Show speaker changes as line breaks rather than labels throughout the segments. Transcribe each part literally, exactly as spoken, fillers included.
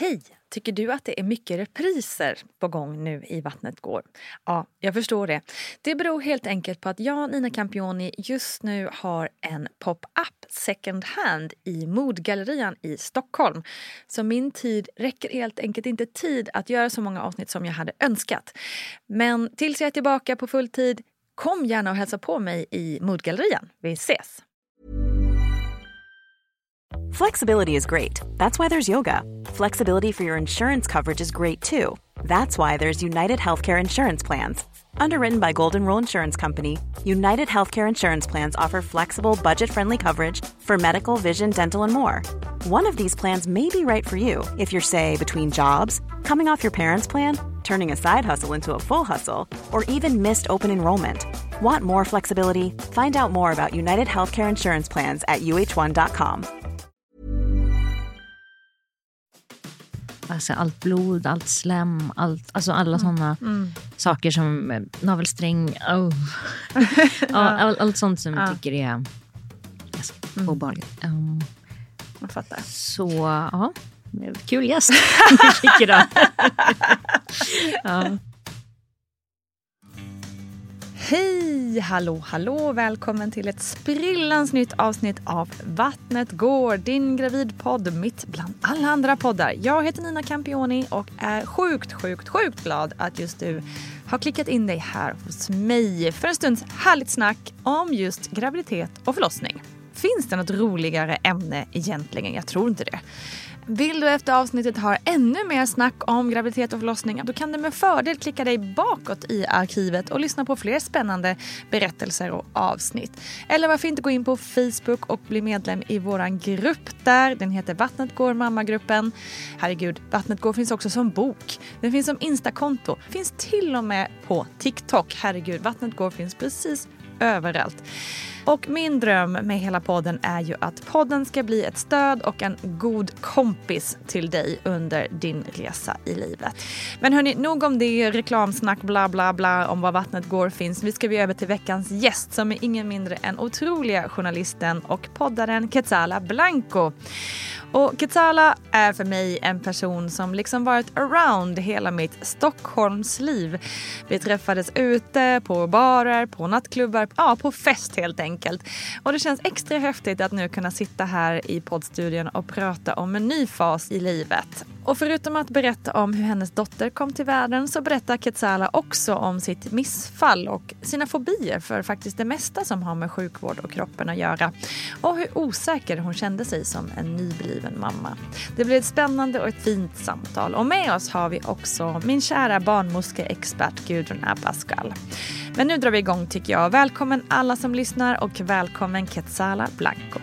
Hej! Tycker du att det är mycket repriser på gång nu i Vattnet går? Ja, jag förstår det. Det beror helt enkelt på att jag, Nina Campioni, just nu har en pop-up second hand i Modgallerian i Stockholm. Så min tid räcker helt enkelt inte tid att göra så många avsnitt som jag hade önskat. Men tills jag är tillbaka på full tid, kom gärna och hälsa på mig i Modgallerian. Vi ses!
Flexibility is great. That's why there's yoga. Flexibility for your insurance coverage is great too. That's why there's United Healthcare Insurance Plans. Underwritten by Golden Rule Insurance Company, United Healthcare Insurance Plans offer flexible, budget-friendly coverage for medical, vision, dental, and more. One of these plans may be right for you if you're, say, between jobs, coming off your parents' plan, turning a side hustle into a full hustle, or even missed open enrollment. Want more flexibility? Find out more about United Healthcare Insurance Plans at u h one dot com.
Alltså allt blod, allt slem, allt, alltså alla mm. sådana mm. saker som navelsträng, oh. ja, all, allt sånt som ja. jag tycker är alltså, mm. obehagligt. Um,
jag fattar.
Så, ja, kul gäst. Tycker då. ja.
Hej, hallå, hallå, välkommen till ett sprillans nytt avsnitt av Vattnet går, din gravidpodd mitt bland alla andra poddar. Jag heter Nina Campioni och är sjukt, sjukt, sjukt glad att just du har klickat in dig här hos mig för en stunds härligt snack om just graviditet och förlossning. Finns det något roligare ämne egentligen? Jag tror inte det. Vill du efter avsnittet ha ännu mer snack om graviditet och förlossning, då kan du med fördel klicka dig bakåt i arkivet och lyssna på fler spännande berättelser och avsnitt. Eller varför inte gå in på Facebook och bli medlem i våran grupp där. Den heter Vattnet går mammagruppen. Herregud, Vattnet går finns också som bok. Den finns som Instakonto. Finns till och med på TikTok. Herregud, Vattnet går finns precis överallt. Och min dröm med hela podden är ju att podden ska bli ett stöd och en god kompis till dig under din resa i livet. Men hörni, nog om det, reklamsnack, bla bla bla om vad Vattnet går finns. Vi ska vi över till veckans gäst som är ingen mindre än otroliga journalisten och poddaren Quetzala Blanco. Och Quetzala är för mig en person som liksom varit around hela mitt Stockholms liv. Vi träffades ute på barer, på nattklubbar, ja på fest helt enkelt. Och det känns extra häftigt att nu kunna sitta här i poddstudion och prata om en ny fas i livet. Och förutom att berätta om hur hennes dotter kom till världen så berättar Quetzala också om sitt missfall och sina fobier för faktiskt det mesta som har med sjukvård och kroppen att göra. Och hur osäker hon kände sig som en nybliven mamma. Det blev ett spännande och ett fint samtal. Och med oss har vi också min kära barnmorskeexpert Gudrun Abascal. Men nu drar vi igång tycker jag. Välkommen alla som lyssnar och välkommen Quetzala Blanco.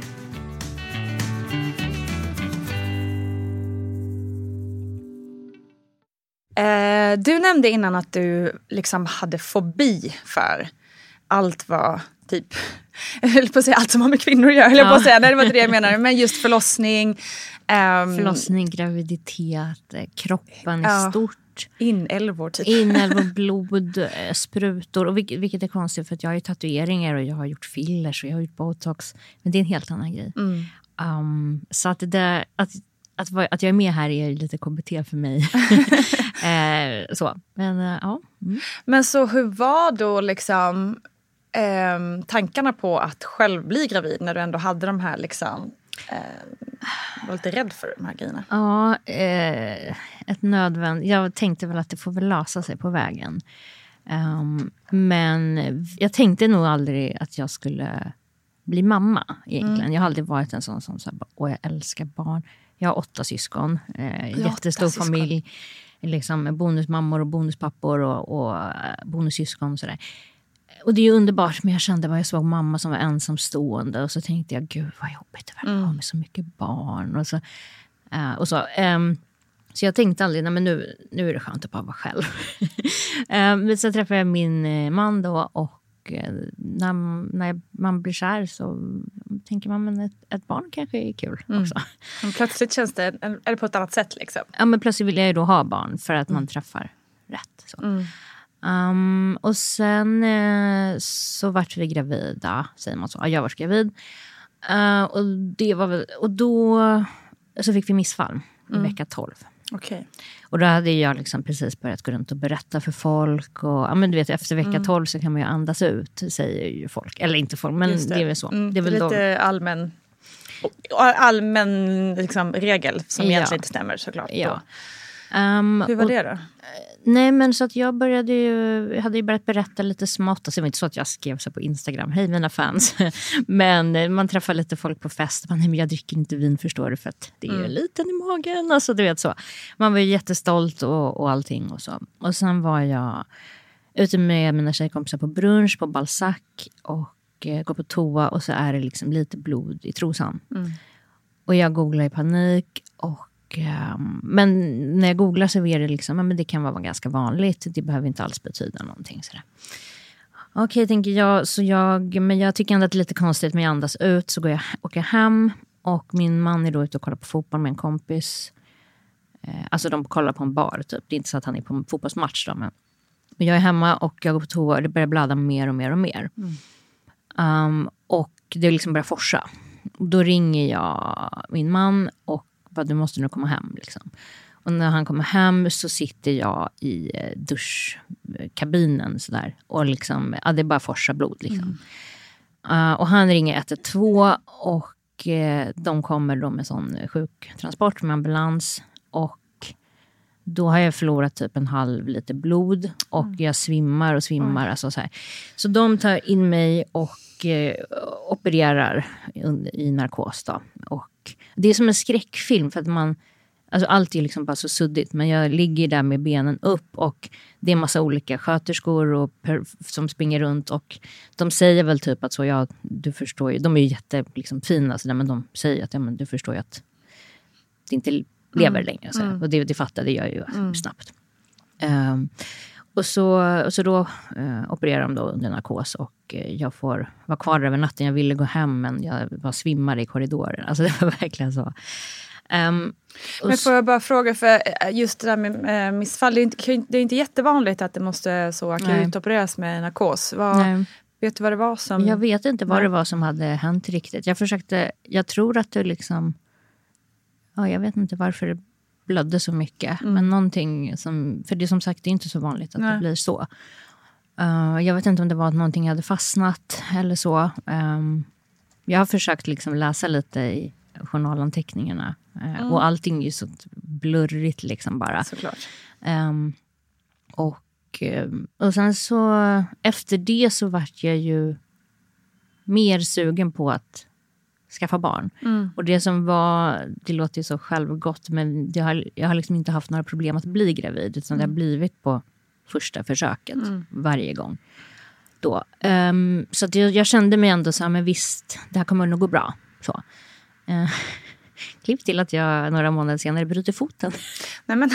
Du nämnde innan att du liksom hade fobi för allt vad typ, jag höll på att säga allt som har med kvinnor att göra, ja. på att säga. Nej, det var inte det jag menade, men just förlossning. Um,
förlossning, graviditet, kroppen ja. i stort.
Inälvor typ.
Inälvor, blod, sprutor. Och vilket, vilket är konstigt för att jag har ju tatueringar och jag har gjort fillers och jag har gjort botox. Men det är en helt annan grej. Mm. Um, så att det där, att Att, att jag är med här är lite K B T för mig. eh, så. Men, eh, ja. Mm.
Men så hur var då liksom eh, tankarna på att själv bli gravid när du ändå hade de här liksom, eh, var lite rädd för de här grejerna?
Ja, eh, ett nödvänd. Jag tänkte väl att det får väl lösa sig på vägen. Um, men jag tänkte nog aldrig att jag skulle bli mamma egentligen. Mm. Jag har aldrig varit en sån som så här, åh jag älskar barn. Jag har åtta syskon, eh, jättestor syskon. familj, liksom bonusmammor och bonuspappor och, och bonussyskon och sådär. Och det är ju underbart, men jag kände vad jag såg mamma som var ensamstående och så tänkte jag, gud vad jobbigt det var mm. med så mycket barn och så. Eh, och så, um, så jag tänkte aldrig, nej men nu, nu är det skönt att bara vara själv. eh, men så träffade jag min man då och När, när man blir kär så tänker man men ett, ett barn kanske är kul också. Mm.
Men plötsligt känns det, är det på ett annat sätt liksom?
Ja, men plötsligt vill jag ju då ha barn för att mm. man träffar rätt. Så. Mm. Um, och sen eh, så vart vi gravida, säger man så. Ja, jag var gravid. Uh, och, det var väl, och då så fick vi missfall i mm. vecka tolv.
Okay.
Och då hade jag liksom precis börjat gå runt och berätta för folk. Och, ja, men du vet, efter vecka mm. tolv så kan man ju andas ut, säger ju folk. Eller inte folk, men det. det är väl så.
Mm,
det är väl
lite då... allmän, allmän liksom, regel som
ja.
egentligen inte stämmer såklart.
Ja. Um,
Hur var
och,
det då?
Nej, men så att jag började ju, jag hade ju börjat berätta lite smått. Alltså det var inte så att jag skrev så på Instagram, hej mina fans. Men man träffar lite folk på fest. Man, nej, men jag dricker inte vin, förstår du, för att det är mm. liten i magen. Alltså du vet så. Man var ju jättestolt och, och allting och så. Och sen var jag ute med mina tjejkompisar på brunch på Balzac och eh, går på toa och så är det liksom lite blod i trosan. Mm. Och jag googlar i panik och men när jag googlar så är det liksom, men det kan vara ganska vanligt. Det behöver inte alls betyda någonting sådär. Okej, okay, tänker jag, så jag, men jag tycker ändå att det är lite konstigt, men jag andas ut, så går jag, åker hem och min man är då ute och kollar på fotboll med en kompis. Eh, alltså de kollar på en bar typ. Det är inte så att han är på en fotbollsmatch då, men jag är hemma och jag går på toa och det börjar blöda mer och mer och mer. Mm. Um, och det liksom börjar forsa. Då ringer jag min man och du måste nu komma hem liksom. Och när han kommer hem så sitter jag i duschkabinen sådär. Och liksom, ja, det är bara forsa blod liksom. Mm. Uh, och han ringer ett ett två och uh, de kommer då med sån sjuktransport med ambulans. Och då har jag förlorat typ en halv liter blod. Och mm. jag svimmar och svimmar. Mm. Alltså så här. Så de tar in mig och uh, opererar i narkos då. Och det är som en skräckfilm för att man, alltså allt är liksom bara så suddigt, men jag ligger där med benen upp och det är en massa olika sköterskor och per, som springer runt och de säger väl typ att så, ja, du förstår ju, de är ju jätte liksom fina så där, men de säger att ja, men du förstår ju att det inte lever mm. längre så, mm. och det, det fattade jag ju mm. snabbt. Um, och så, och så då uh, opererar de då under narkos och uh, jag får vara kvar över natten. Jag ville gå hem men jag var svimmare i korridoren. Alltså det var verkligen så. Um,
men får jag bara fråga, för just det där med äh, missfall, det är, inte, det är inte jättevanligt att det måste så akut opereras med narkos. Vad, vet du vad det var som...
Jag vet inte vad Nej. det var som hade hänt riktigt. Jag försökte, jag tror att det liksom, ja, jag vet inte varför det blödde så mycket. Mm. Men någonting som, för det är som sagt det är inte så vanligt att Nej. det blir så. Uh, jag vet inte om det var att någonting hade fastnat eller så. Um, jag har försökt liksom läsa lite i journalanteckningarna. Uh, mm. Och allting är ju så blurrigt liksom bara.
Såklart.
Um, och, och sen så efter det så vart jag ju mer sugen på att skaffa barn. Mm. Och det som var, det låter ju så självgott, men det har, jag har liksom inte haft några problem att bli gravid, utan mm. det har blivit på första försöket mm. varje gång. Då. Um, så att jag, jag kände mig ändå så här, men visst, det här kommer nog gå bra. Så. Uh, klipp till att jag några månader senare bryter foten.
Nej, men.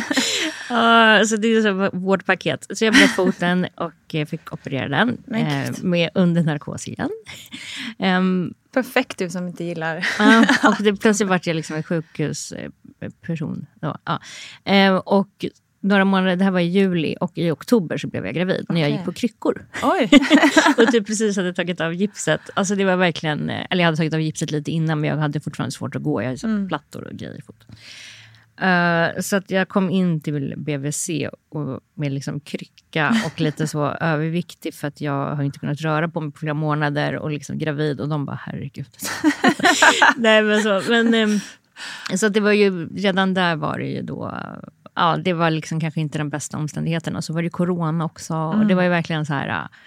uh, så det är så vårt paket. Så jag bröt foten och uh, fick operera den uh, med under narkos igen. um,
Perfekt, du som inte gillar.
uh, och det, plötsligt var jag liksom en sjukhusperson. Då. Uh. Uh, och några månader, det här var i juli, och i oktober så blev jag gravid när jag
okay.
gick på kryckor.
Oj.
Och typ precis hade tagit av gipset. Alltså det var verkligen, eller jag hade tagit av gipset lite innan, men jag hade fortfarande svårt att gå. Jag hade mm. plattor och grejer i foten. Uh, så att jag kom in till B V C och med liksom krycka och lite så överviktig, för att jag har inte kunnat röra på mig på flera månader och liksom gravid, och de bara, herregud. Nej, men så, men um, så att det var ju, redan där var det ju då, ja, det var liksom kanske inte den bästa omständigheten, och så var det corona också, mm. och det var ju verkligen så här, uh,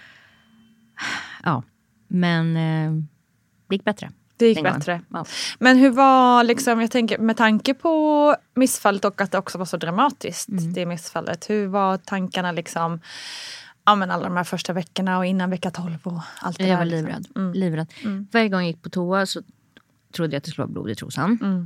ja, men uh, det gick bättre.
Det gick bättre. Ja. Men hur var liksom, jag tänker med tanke på missfallet och att det också var så dramatiskt, mm. det missfallet. Hur var tankarna liksom, ja, men alla de här första veckorna och innan vecka tolv och allt det
jag
där.
Jag var livrädd.
Liksom. Mm.
livrädd. Mm. Varje gång jag gick på toa så trodde jag att det skulle vara blod i trosan.
Mm.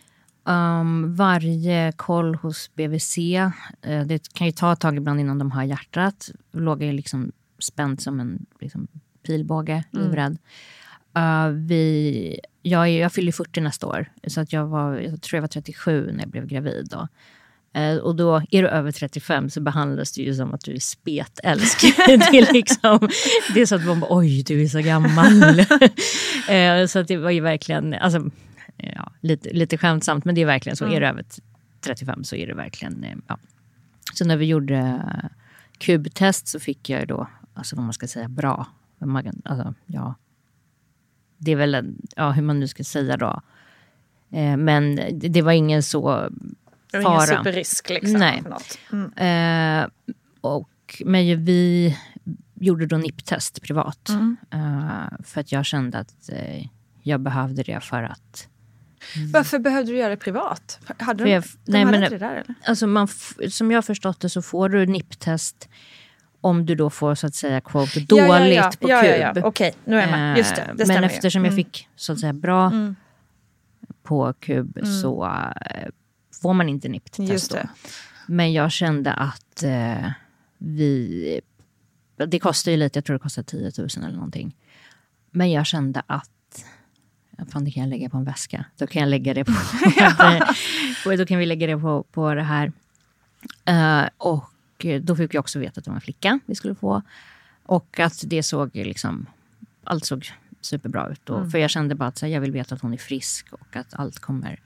Um, varje koll hos B V C, uh, det kan ju ta ett tag ibland innan de har hjärtat. Låg jag liksom spänt som en liksom, pilbåge, livrädd. Mm. Uh, vi, jag, jag fyller fyrtio nästa år, så att jag, var, jag tror jag var trettiosju när jag blev gravid då. Uh, och då är du över trettiofem så behandlas du ju som att du är spetälsk. det, är liksom, det är så att man bara, oj, du är så gammal. uh, så att det var ju verkligen, alltså, ja, lite, lite skämtsamt, men det är verkligen så, mm. är du över trettiofem så är det verkligen... Eh, ja. Så när vi gjorde kubtest så fick jag då, alltså vad man ska säga, bra. Alltså, ja, det är väl, en, ja, hur man nu ska säga då. Eh, men det, det var ingen så fara.
Det var ingen superrisk liksom.
Nej.
För något. Mm.
Eh, och, men vi gjorde då N I P-test privat.
Mm.
Eh, för att jag kände att eh, jag behövde det för att...
Mm. Varför behövde du göra det privat? Hade
de, jag,
de
nej,
hade
men,
inte det där eller?
Alltså man, som jag har förstått det så får du N I P-test om du då får så att säga quote dåligt ja, ja, ja. på
ja,
kub.
Ja, ja. Okej, nu är jag med. Just det, det
men eftersom
mm.
jag fick så att säga bra mm. på kub mm. så äh, får man inte N I P-test då. Men jag kände att äh, vi... Det kostar ju lite, jag tror det kostar tio tusen eller någonting. Men jag kände att fan, det kan jag lägga på en väska. Då kan jag lägga det på... då kan vi lägga det på, på det här. Uh, och då fick vi också veta att det var en flicka vi skulle få. Och att det såg liksom... Allt såg superbra ut. Och, mm. För jag kände bara att så här, jag vill veta att hon är frisk. Och att allt kommer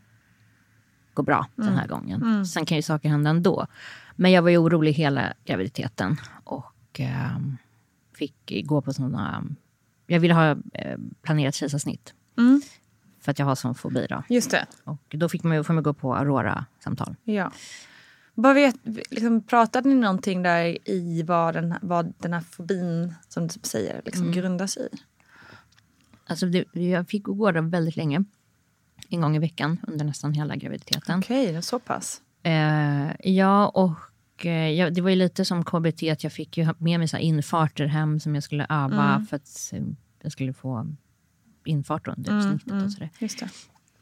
gå bra mm. den här gången. Mm. Sen kan ju saker hända ändå. Men jag var ju orolig hela graviditeten. Och uh, fick gå på sådana... Jag ville ha eh, planerat kejsarsnitt. Mm. För att jag har sån fobi då.
Just det.
Och då fick man, får man gå på Aurora-samtal.
Ja. Vad vet, liksom, pratade ni någonting där i vad den, vad den här fobin, som du säger, liksom, mm. grundar sig i? Alltså det,
jag fick gå där väldigt länge. En gång i veckan under nästan hela graviditeten.
Okej, okay, det är så pass.
Eh, ja, och eh, ja, det var ju lite som K B T att jag fick ju med mig så här infarter hem som jag skulle öva mm. för att eh, jag skulle få infart under mm, snittet mm, och sådär.
Just det.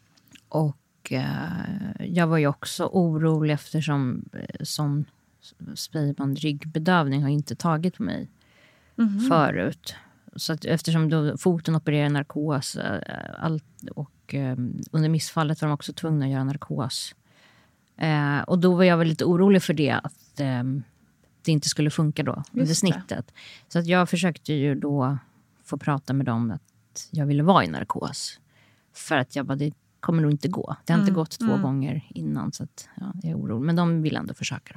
Och eh, jag var ju också orolig eftersom eh, sån spejband ryggbedövning har inte tagit på mig mm. förut. Så att eftersom då foten opererar narkos eh, allt, och eh, under missfallet var de också tvungna att göra narkos. Eh, och då var jag väl lite orolig för det att eh, det inte skulle funka då under Just snittet. Det. Så att jag försökte ju då få prata med dem att jag ville vara i narkos. För att jag bara, det kommer nog inte gå. Det har mm. inte gått två mm. gånger innan så att ja, jag är orolig. Men de vill ändå försöka då.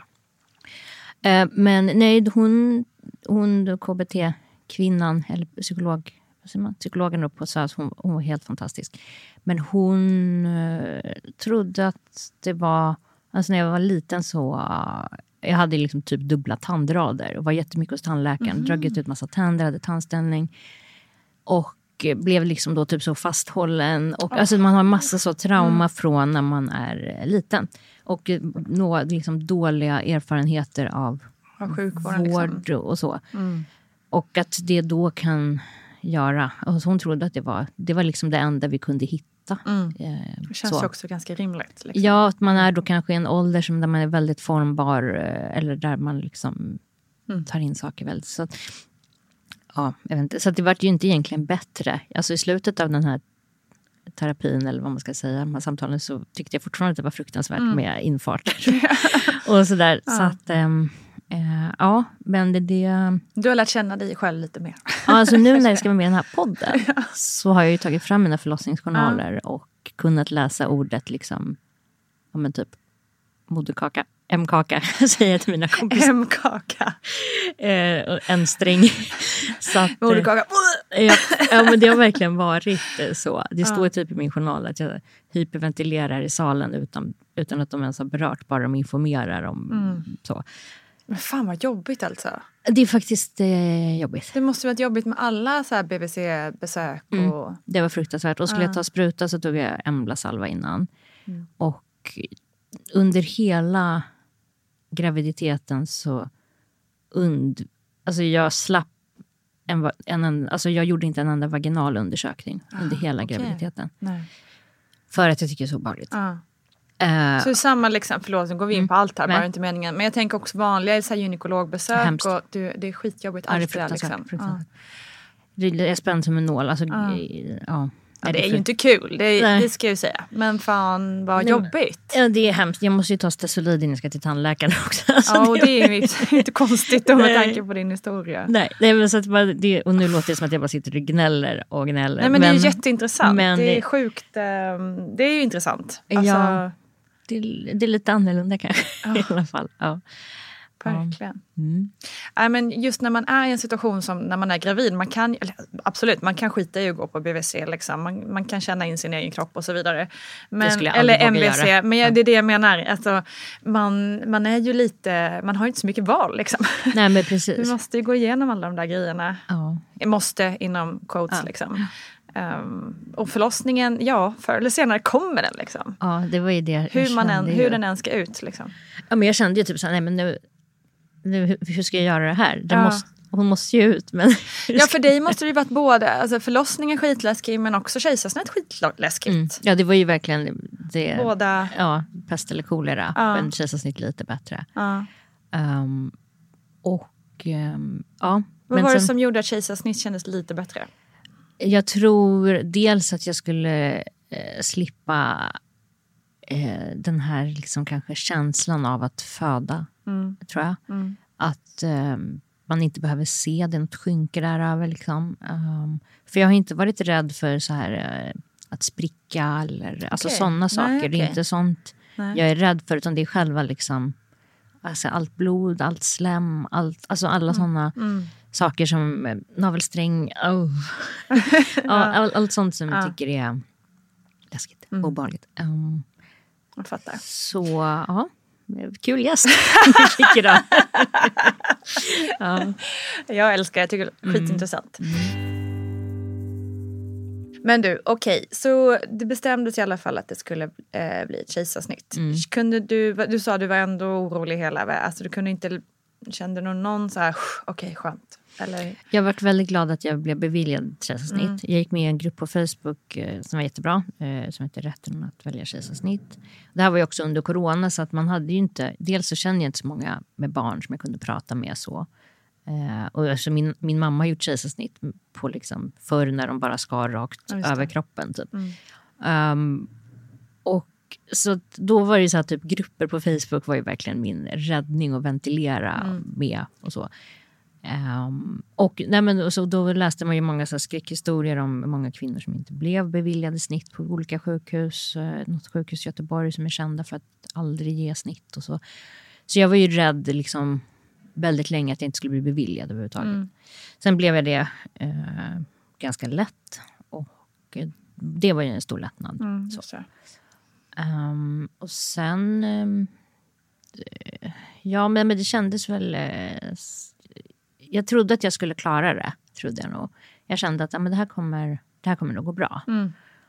Eh, men nej, hon, hon K B T-kvinnan eller psykolog, vad säger man? Psykologen då på S Ö S, hon, hon var helt fantastisk. Men hon eh, trodde att det var, alltså när jag var liten så uh, jag hade liksom typ dubbla tandrader och var jättemycket hos tandläkaren. Mm. Dragit ut massa tänder, hade tandställning. Och blev liksom då typ så fasthållen. Och oh. alltså man har massa så trauma mm. från när man är liten. Och nå liksom dåliga erfarenheter av vård liksom. Och så. Mm. Och att det då kan göra. Alltså hon trodde att det var, det var liksom det enda vi kunde hitta.
Mm. Eh, det känns så. Också ganska rimligt. Liksom.
Ja, att man är då kanske i en ålder som där man är väldigt formbar. Eller där man liksom mm. tar in saker väldigt. Så att, ja, jag vet inte. Så att det var ju inte egentligen bättre. Alltså i slutet av den här terapin eller vad man ska säga, de här samtalen, så tyckte jag fortfarande att det var fruktansvärt mm. med infarter. och sådär. Ja. Så att, ähm, äh, ja, men det, det...
Du har lärt känna dig själv lite mer.
Ja, alltså nu när jag ska vara med i den här podden ja. så har jag ju tagit fram mina förlossningsjournaler ja. och kunnat läsa ordet liksom, ja men typ moderkaka. M-kaka, säger jag till mina kompisar.
M-kaka.
Eh, en sträng. Så att,
Moderkaka.
ja, ja, men det har verkligen varit så. Det står ja. typ i min journal att jag hyperventilerar i salen utan, utan att de ens har berört. Bara de informerar om mm. så.
Men fan vad jobbigt alltså.
Det är faktiskt eh, jobbigt.
Det måste vara jobbigt med alla så här B V C-besök. Och...
Mm, det var fruktansvärt. Och skulle ja. jag ta spruta så tog jag Embla-salva innan. Mm. Och under hela graviditeten så und alltså jag slapp en, en, en alltså jag gjorde inte en enda vaginal undersökning ah, under hela okay. graviditeten. Nej. För att jag tycker det är så obehagligt. Ah. Uh,
så samma liksom, förlåt, nu går vi in mm, på allt här, men, bara inte meningen. Men jag tänker också vanliga så här, gynekologbesök och du, det är skitjobbigt.
Ja, det är fruktansvärt. Liksom. Det är spänt som en nål. Alltså, ah. ja.
Ja, det är ju inte kul, det, det ska jag ju säga. Men fan, vad Nej, jobbigt.
Ja, det är hemskt. Jag måste ju ta Stesolid innan jag ska till tandläkaren också. Alltså,
ja, och det är ju inte, inte konstigt om med tanke på din historia.
Nej, nej men så att bara, det, och nu låter det som att jag bara sitter och gnäller och gnäller.
Nej, men, men det är jätteintressant. Men det är sjukt, det är ju intressant. Alltså,
ja, det, det är lite annorlunda kanske
Ja.
i alla fall. Ja.
Verkligen.
Mm.
Nej, men just när man är i en situation som när man är gravid, man kan, eller, absolut, man kan skita i att gå på B V C. Liksom. Man, man kan känna in sin egen kropp och så vidare. Men,
Det skulle jag
eller
aldrig våga
M V C.
göra.
Men jag, det är det jag menar. Alltså, man, man är ju lite, man har ju inte så mycket val. Liksom.
Nej, men precis.
Du måste ju gå igenom alla de där grejerna.
Ja.
Måste inom quotes
Ja.
liksom. Um, och förlossningen, ja, förr eller senare kommer den liksom.
Ja, det var ju det.
Hur, man än,
ju.
hur den än ska ut liksom.
Ja, men jag kände ju typ så här, nej men nu, nu hur ska jag göra det här? Det
Ja.
måste, hon måste ju ut. Men
Ja, för dig måste det ju varit både alltså förlossningen skitläskig men också kejsarsnitt skitläskigt.
Mm. Ja, det var ju verkligen det.
Båda.
Ja, pest eller kolera.
Ja.
Men kejsarsnitt lite bättre.
Ja.
Um, och um, ja.
Vad
men
var det
sen,
som gjorde att kejsarsnitt kändes lite bättre?
jag tror dels att jag skulle eh, slippa eh, den här liksom kanske känslan av att föda.
Mm.
Tror jag.
Mm.
Att eh, man inte behöver se det, något skynke där över. Liksom. Um, för jag har inte varit rädd för så här eh, att spricka eller alltså
Okej.
sådana saker.
Nej,
Det är
okej.
inte sånt
Nej.
jag är rädd för, utan det är själva liksom alltså allt blod, allt slem, allt, alltså alla sådana
Mm.
saker som eh, navelsträng, oh. ja, all, allt sånt som
Ja.
jag tycker är läskigt,
Mm.
obehagligt. Um,
Jag fattar.
så ja, kul gäst vi fick idag. Ja.
Jag älskar, jag tycker det är skitintressant. Men du, okej, så det bestämdes i alla fall att det skulle eh, bli ett kejsarsnitt.
Mm.
Kunde du, du sa att du var ändå orolig hela vägen, alltså du kunde inte, kände du någon så här, okej, skönt? Eller?
Jag har varit väldigt glad att jag blev beviljad kejsarsnitt.
Mm.
Jag gick med i en grupp på Facebook eh, som var jättebra. Eh, som heter Rätten att välja kejsarsnitt. Det här var ju också under corona, så att man hade ju inte... Dels så kände jag inte så många med barn som jag kunde prata med så. Eh, och alltså min, min mamma har gjort kejsarsnitt på liksom förr när de bara skar rakt
Ja, just det.
över kroppen typ.
Mm.
Um, och så att då var det ju så här, typ grupper på Facebook var ju verkligen min räddning att ventilera
Mm.
med och så. Um, och nej men, och så då läste man ju många så här skräckhistorier om många kvinnor som inte blev beviljade snitt på olika sjukhus. Uh, något sjukhus i Göteborg som är kända för att aldrig ge snitt och så. Så jag var ju rädd liksom väldigt länge att jag inte skulle bli beviljad överhuvudtaget.
Mm.
Sen blev jag det uh, ganska lätt. Och uh, det var ju en stor lättnad.
Mm,
så.
just det.
Um, och sen um, det, ja men, men det kändes väl uh, jag trodde att jag skulle klara det, trodde jag nog. Jag kände att ja, men det här kommer det här kommer nog gå bra.
Mm.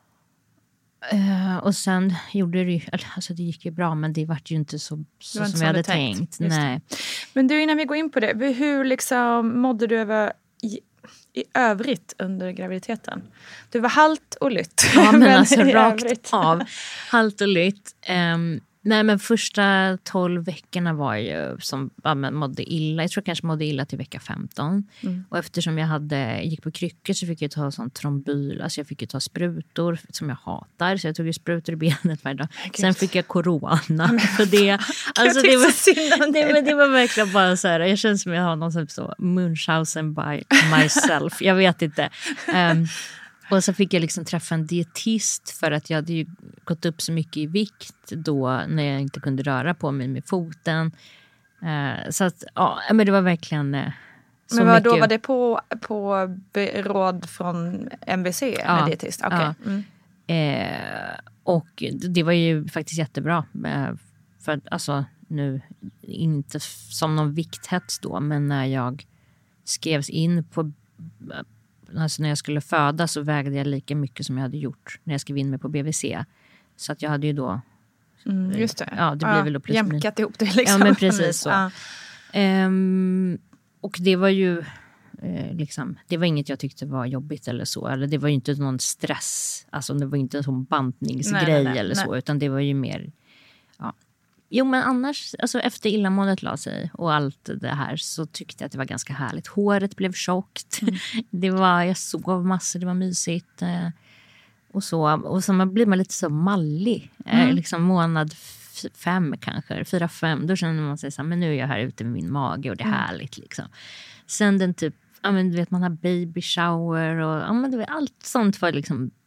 Uh, och sen gjorde det ju, alltså det gick ju bra, men det var ju inte så, så
var inte
som
som
jag hade
du tänkt.
tänkt.
Just det.
Nej.
Men du, innan vi går in på det, hur liksom mådde du över i, i övrigt under graviditeten? Du var halt och lytt.
Ja, men alltså
i
rakt
övrigt.
av. Halt och lytt. Um, nej, men första tolv veckorna var ju som ja, men mådde illa. Jag tror jag kanske mådde illa till vecka femton.
Mm.
Och eftersom jag hade, gick på kryckor så fick jag ta sån trombyl. Alltså jag fick ju ta sprutor som jag hatar. Så jag tog ju sprutor i benet varje dag.
Gud.
Sen fick jag corona. För det, alltså
tycker
det, var,
så synd om
det,
dig.
var, det var verkligen bara så här. Jag känner som jag har någon sån så Munchausen by myself. Jag vet inte. Um, Och så fick jag liksom träffa en dietist för att jag hade ju gått upp så mycket i vikt då när jag inte kunde röra på mig med foten. Uh, så att, ja, men det var verkligen uh, så
Men vad,
mycket.
då var det på, på be- råd från M V C
Ja,
med dietist? Okej.
ja.
Mm.
Eh, och det var ju faktiskt jättebra. Eh, för att, alltså nu, inte f- som någon vikthets då, men när jag skrevs in på... Alltså när jag skulle föda så vägde jag lika mycket som jag hade gjort när jag skrev in mig på B V C. Så att jag hade ju då...
Mm, just det.
Ja, det blir väl då plus minus.
Jämkat ihop det liksom.
Ja, men precis så.
Ja.
Ehm, och det var ju... Eh, liksom, det var inget jag tyckte var jobbigt eller så. Eller det var ju inte någon stress. Alltså det var inte en sån bantningsgrej
Nej, nej, nej,
eller så.
nej.
Utan det var ju mer... Ja. Jo, men annars, alltså efter illamåendet la sig och allt det här så tyckte jag att det var ganska härligt. Håret blev tjockt. Mm. Det var, jag sov massor, det var mysigt. Eh, och så. Och så man blir man lite så mallig.
Mm.
Eh, liksom månad f- fem kanske, fyra, fem. Då känner man sig så här, men nu är jag här ute med min mage och det är
Mm.
härligt liksom. Sen den typ, ja men du vet man har baby shower och ja men du vet, allt sånt var liksom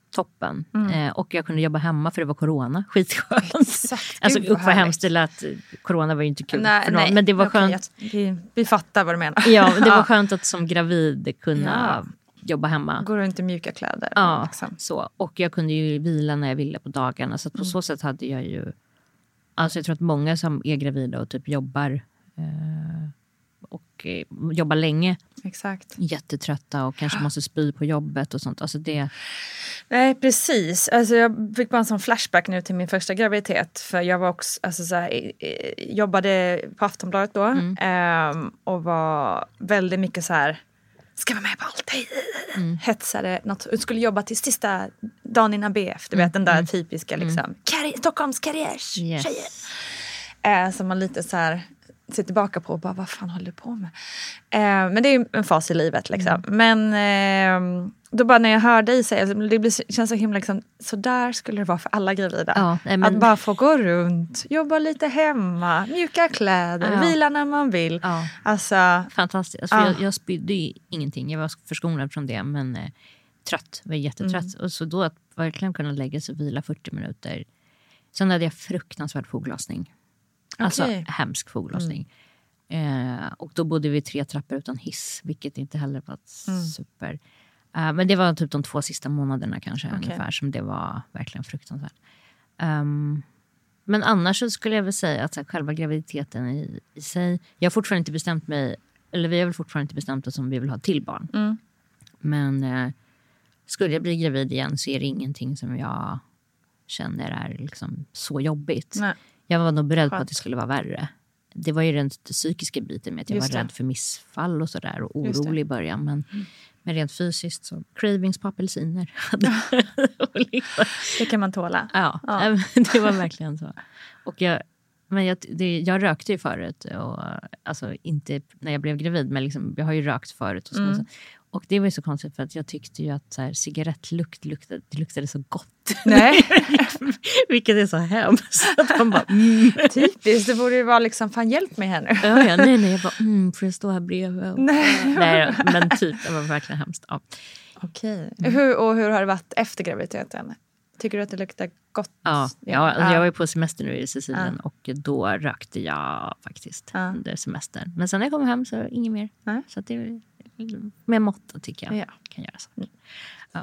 toppen.
Mm.
Eh, och jag kunde jobba hemma för det var corona. Skitskönt.
Exakt.
Alltså
Gud, vad
upp för
härligt.
hemskt till att corona var ju inte kul
Nej,
för någon.
nej.
Men det var
Okej,
skönt.
jag- vi, vi fattar vad du menar.
Ja, det var skönt att som gravid kunna
Ja.
jobba hemma.
Går runt i mjuka kläder.
Ja,
Liksom.
så. Och jag kunde ju vila när jag ville på dagarna. Så att på
Mm.
så sätt hade jag ju... Alltså jag tror att många som är gravida och typ jobbar eh, och eh, jobbar länge,
Exakt.
jättetrötta och kanske måste spy på jobbet och sånt. Alltså det...
Nej, precis. Alltså jag fick bara en sån flashback nu till min första graviditet. För jag var också, alltså så här, eh, jobbade på Aftonbladet då.
Mm.
ehm, och var väldigt mycket så här, ska vara med på allt.
Mm.
Hetsade. Något, skulle jobba till sista dagen innan B F. Du vet den där typiska liksom, karri- Stockholms karriärs
Yes.
tjejer. Eh, som man lite så här ser tillbaka på och bara, vad fan håller du på med? Eh, men det är ju en fas i livet liksom. Men eh, då bara när jag hör dig säga, alltså, det blir, känns så himla liksom, så där skulle det vara för alla gravida.
Ja, nej, men-
Att bara få gå runt, jobba lite hemma, mjuka kläder,
Ja.
vila när man vill.
Ja.
Alltså,
Fantastiskt. Alltså
Ah.
jag, jag spydde ju ingenting. Jag var förskonad från det. Men eh, trött. Jag var jättetrött.
Mm.
Och så då att verkligen kunna lägga sig och vila fyrtio minuter. Sen hade jag fruktansvärd foglossning. Alltså
Okej.
hemsk foglossning. Eh, och då bodde vi tre trappor utan hiss. Vilket inte heller var
Mm.
super. Eh, men det var typ de två sista månaderna kanske.
Okej.
Ungefär som det var verkligen fruktansvärt. Um, men annars så skulle jag väl säga att så här, själva graviditeten i, i sig. Jag har fortfarande inte bestämt mig. Eller vi har väl fortfarande inte bestämt oss om vi vill ha till barn.
Mm.
Men eh, skulle jag bli gravid igen så är det ingenting som jag känner är liksom så jobbigt.
nej.
Jag var nog beredd på
Skönt.
att det skulle vara värre. Det var ju den psykiska biten med att jag
Just
var
det.
rädd för missfall och sådär. Och
Just det.
orolig i början. Men, men rent fysiskt så cravings på apelsiner. Och liksom-
Det kan man tåla.
Ja,
Ja.
det var verkligen så. Och jag, men jag, det, jag rökte ju förut. Och, alltså inte när jag blev gravid, men liksom, jag har ju rökt förut. Och, så,
Mm.
och det var ju så konstigt för att jag tyckte ju att så här, cigarettlukt luktade, det luktade så gott.
Nej.
Vilket är så hemskt. Att man bara, mm.
Typiskt, det borde ju vara liksom, fan hjälp mig här nu.
Ja, ja, nej, nej, jag bara, mm, får jag stå här bredvid? Och,
Nej.
nej, men typ, det var verkligen hemskt. Ja.
Okej. Hur, och hur har det varit efter graviditeten? Tycker du att det luktar gott?
Ja, ja, alltså jag var ju på semester nu i Sicilien och då rökte jag faktiskt
Ja.
under semestern. Men sen när jag kom hem så inget mer.
Nej.
Så att det är med mått tycker jag
Ja.
kan göra så. Ja.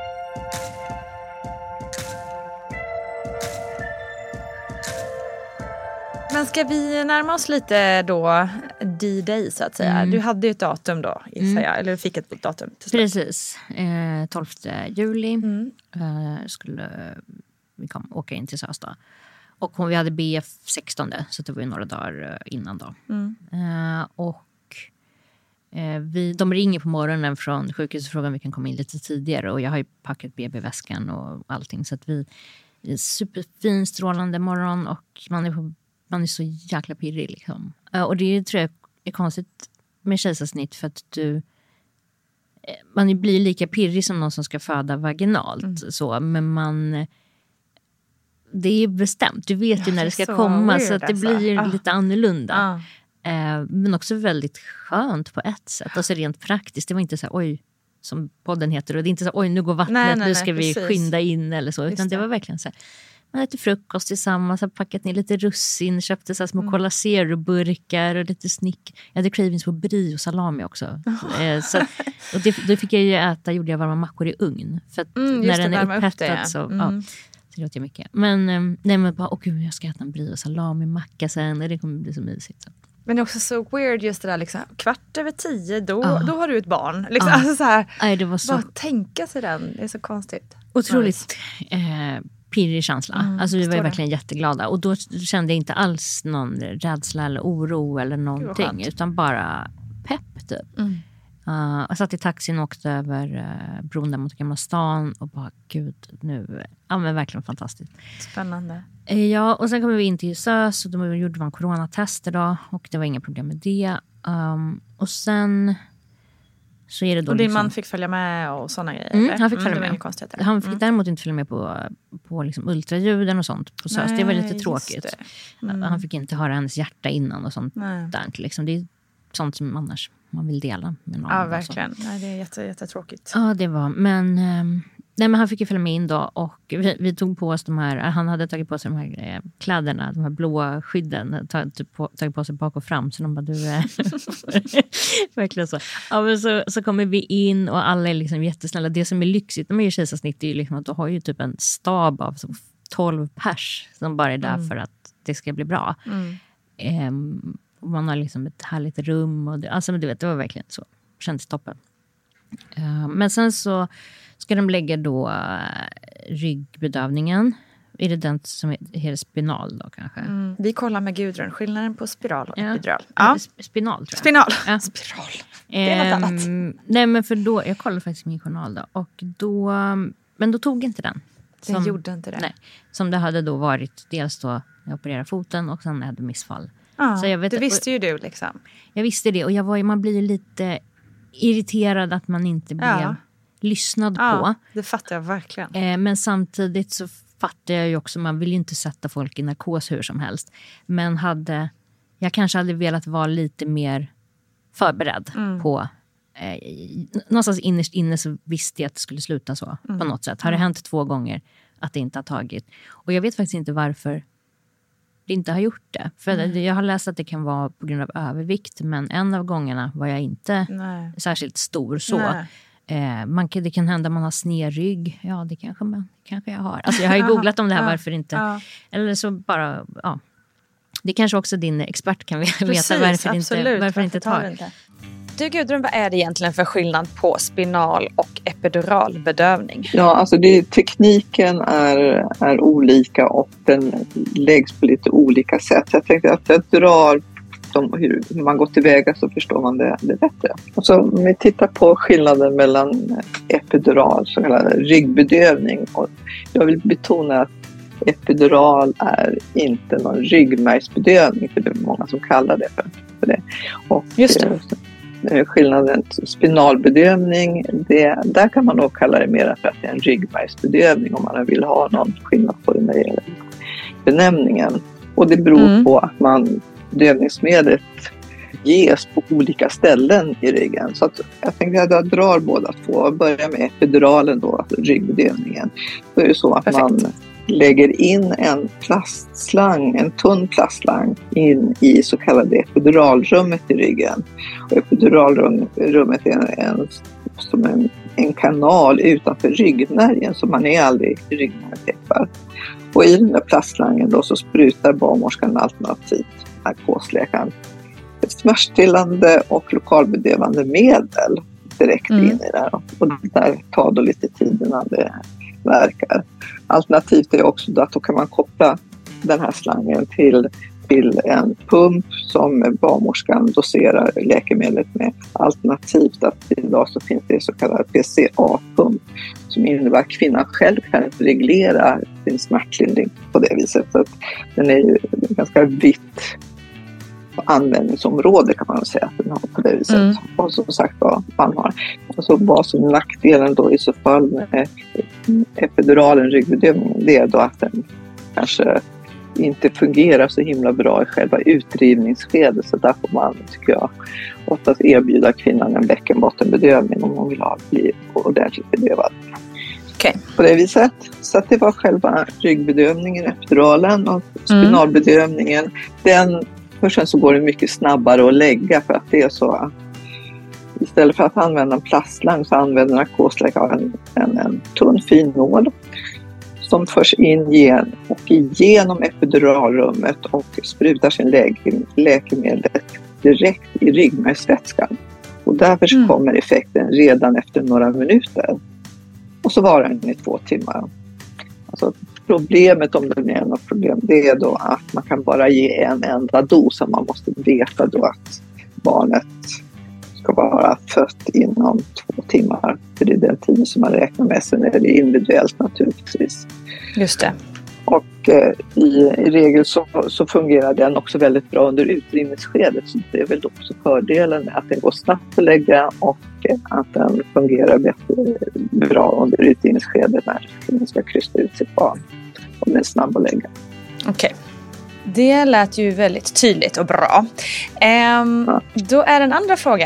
Men ska vi närma oss lite då D-Day så att säga?
Mm.
Du hade ju ett datum då, gissar jag. Eller du fick ett datum till slut.
Precis, eh, tolfte juli
Mm.
eh, skulle vi kom, åka in till Sös då. Och hon, vi hade B F sextonde, så det var ju några dagar eh, innan då.
Mm.
Eh, och eh, vi, de ringer på morgonen från sjukhuset och frågar om vi kan komma in lite tidigare. Och jag har ju packat B B-väskan och allting. Så att vi det är superfin, strålande morgon och man är, på, man är så jäkla pirrig liksom. Eh, och det tror jag är konstigt med kejsarsnitt för att du man blir lika pirrig som någon som ska föda vaginalt.
Mm.
Så, men man det är bestämt. Du vet
Ja,
ju när
det
det
är
ska
så
komma
weird,
så att det
alltså.
blir ju
Ah.
lite annorlunda.
Ja.
Eh, men också väldigt skönt på ett sätt. Alltså rent praktiskt. Det var inte så här, oj, som podden heter. Och det är inte så här, oj, nu går vattnet,
Nej, nej,
nu
nej,
ska vi
precis.
skynda in eller så.
Just
Utan det
det.
var verkligen så här, man äter frukost tillsammans, har packat ner lite russin, köpte så här små
Mm.
Cola Zero-burkar och lite snick. Jag hade cravings på brie och salami också. eh, så, och det, då fick jag ju äta, gjorde jag varma mackor i ugn. För att
Mm, just
när
det,
den är
värma upp
upphettad
det.
så...
Mm.
Ja, så det åt jag mycket. Men, eh, nej, men bara, åh gud, jag ska äta en brie och salami, macka sen. Det kommer bli så mysigt. Så.
Men det är också så weird just det där liksom, kvart över tio, då,
Ja.
då har du ett barn. Liksom,
Ja.
alltså så här,
Nej, det var så
bara tänka sig den, det är så konstigt.
otroligt eh, pirrig känsla.
Mm,
alltså vi var ju
förstår det.
verkligen jätteglada. Och då kände jag inte alls någon rädsla eller oro eller någonting.
skönt.
Utan bara pepp typ.
Mm.
Uh, jag satt i taxin och åkte över uh, bron där mot Gamla stan. Och bara, gud, nu... Ja, men verkligen fantastiskt.
Spännande.
Eh, ja, och sen kom vi in till SÖS och då gjorde man coronatester då. Och det var inga problem med det. Um, och sen så är det då
Och din
liksom,
man fick följa med och sådana grejer?
Mm,
eller?
han fick följa
det var
med.
inga konstigheter.
Han fick
Mm.
däremot inte följa med på, på liksom ultraljuden och sånt på SÖS. Det var
Nej,
lite
just
tråkigt.
det. Mm.
Han fick inte höra hennes hjärta innan och sånt
Nej.
där. Liksom. Det är sånt som annars man vill dela med någon.
Ja,
och så.
verkligen. Nej, det är jätte, jättetråkigt.
Ja, det var. Men, ehm, nej, men han fick ju följa med in då. Och vi, vi tog på oss de här... Han hade tagit på sig de här eh, kläderna. De här blåa skydden. Tagit på, tagit på sig bak och fram. Så de bara, du är... verkligen så. Ja, men så, så kommer vi in och alla är liksom jättesnälla. Det som är lyxigt när man gör kejsarsnitt är ju liksom att du har ju typ en stab av så tolv pers som bara är där mm. för att det ska bli bra. Mm. Um, man har liksom ett härligt rum. Och det, alltså, du vet, det var verkligen så. Kändes toppen. Uh, men sen så ska de lägga då uh, ryggbedövningen. Är det den som heter spinal då kanske?
Mm. Vi kollar med Gudrun. Skillnaden på spiral och
ja.
epidural. Ja.
Spinal tror jag.
Spinal.
Ja.
Spiral. Det är um, något annat.
Nej, men för då, jag kollade faktiskt min journal då. Och då, men då tog inte den.
Den som, gjorde inte det.
Nej, som det hade då varit dels då jag opererade foten och sen hade missfall.
Ja,
så jag vet,
det visste ju du liksom.
Jag visste det och jag var, man blir lite irriterad att man inte blev
ja.
lyssnad
ja,
på.
Det fattar jag verkligen.
Eh, men samtidigt så fattar jag ju också, man vill ju inte sätta folk i narkos hur som helst. Men hade, jag kanske hade velat vara lite mer förberedd mm. på, eh, någonstans innerst inne så visste jag att det skulle sluta så mm. på något sätt. Har det hänt två gånger att det inte har tagit. Och jag vet faktiskt inte varför det inte har gjort det. För mm. jag har läst att det kan vara på grund av övervikt. Men en av gångerna var jag inte Nej. särskilt stor så. Eh, man kan, det kan hända man har snedrygg. Ja, det kanske, man, kanske jag har. Alltså jag har ju googlat om det här, ja, varför inte. Ja. Eller så bara, ja. Det kanske också din expert kan veta.
Precis,
varför
absolut.
inte, varför inte tar.
Inte. Du Gudrun, vad är det egentligen för skillnad på spinal- och epiduralbedövning?
Ja, alltså det, tekniken är, är olika och den läggs på lite olika sätt. Jag tänkte att jag drar de, hur man går tillväga så förstår man det, det bättre. Och så om vi tittar på skillnaden mellan epidural, så kallad ryggbedövning. Och jag vill betona att epidural är inte någon ryggmärgsbedövning, för det är många som kallar det för, för det. Och,
Just det.
Skillnaden spinalbedövning, det, där kan man nog kalla det mer för att det är en ryggmärgsbedövning om man vill ha någon skillnad på det när det gäller benämningen. Och det beror mm. på att man bedövningsmedlet ges på olika ställen i ryggen. Så att jag tänkte att jag drar båda två. Jag börjar med epiduralen då, alltså ryggbedövningen. Då är det så att Perfekt. man lägger in en plastslang, en tunn plastslang in i så kallade epiduralrummet i ryggen. Och epiduralrummet är en, en, som en, en kanal utanför ryggmärgen, så man är aldrig i ryggmärgsteppar. Och i den där plastslangen då så sprutar barnmorskan alternativt narkosläkaren ett smärtstillande och lokalbedövande medel direkt mm. in i det. Och det där tar då lite tid innan det verkar. Alternativt är också då att då kan man koppla den här slangen till, till en pump som barnmorskan doserar läkemedlet med. Alternativt att idag så finns det så kallad P C A-pump som innebär att kvinnan själv kan reglera sin smärtlindring på det viset. Så att den är ju ganska vitt användningsområde kan man säga att den har på det viset. Mm. Och som sagt vad man har. Och så vad som nackdelen då i så fall med epiduralen, ryggbedövningen, det är då att den kanske inte fungerar så himla bra i själva utdrivningsskedet. Så där får man, tycker jag, oftast erbjuda kvinnan en bäckenbottenbedövning om hon vill ha bli ordentligt bedövad.
Okay.
På det viset. Så att det var själva ryggbedövningen, epiduralen, och spinalbedövningen. Mm. Den För sen så går det mycket snabbare att lägga, för att det är så att istället för att använda en plastslang så använder narkosläkaren en, en, en tunn fin nål som förs in igen och igenom epiduralrummet och sprutar sin läke, läkemedlet direkt i ryggmärgsvätskan. Och därför så mm. kommer effekten redan efter några minuter. Och så varar den i två timmar. Alltså, problemet, om det är något problem, det är då att man kan bara ge en enda dos. Man måste veta då att barnet ska vara fött inom två timmar. För det är den tiden som man räknar med. Sen är det individuellt naturligtvis.
Just det.
Och eh, i, i regel så, så fungerar den också väldigt bra under utdrivningsskedet. Så det är väl också fördelen med att den går snabbt att lägga och eh, att den fungerar bättre, bra under utdrivningsskedet när kvinnan ska krysta ut sitt barn. Och den är snabb att lägga.
Okej. Okay. Det lät ju väldigt tydligt och bra. Ehm, ja. Då är den andra frågan.